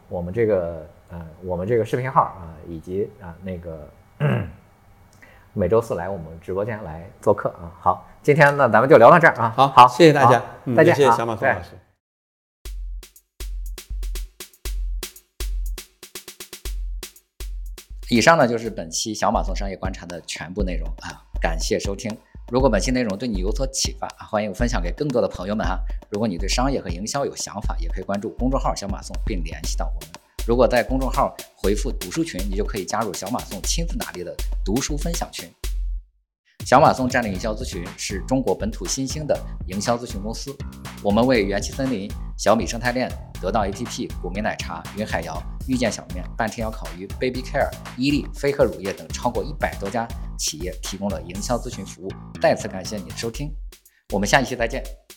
我们这个呃我们这个视频号啊，以及啊那个每周四来我们直播间来做客啊。好，今天呢咱们就聊到这儿啊。 好， 好， 谢谢大家， 嗯、再见， 谢谢小马宋老师。 以上呢就是本期小马宋商业观察的全部内容啊，感谢收听。如果本期内容对你有所启发，欢迎分享给更多的朋友们哈。如果你对商业和营销有想法，也可以关注公众号小马宋并联系到我们。如果在公众号回复读书群，你就可以加入小马宋亲自打理的读书分享群。小马宋战略营销咨询是中国本土新兴的营销咨询公司，我们为元气森林、小米生态链、得到 A P P、古茗奶茶、云海肴、遇见小面、半天瑶烤鱼、Baby Care、伊利、飞鹤乳业等超过一百多家企业提供了营销咨询服务。再次感谢你的收听，我们下一期再见。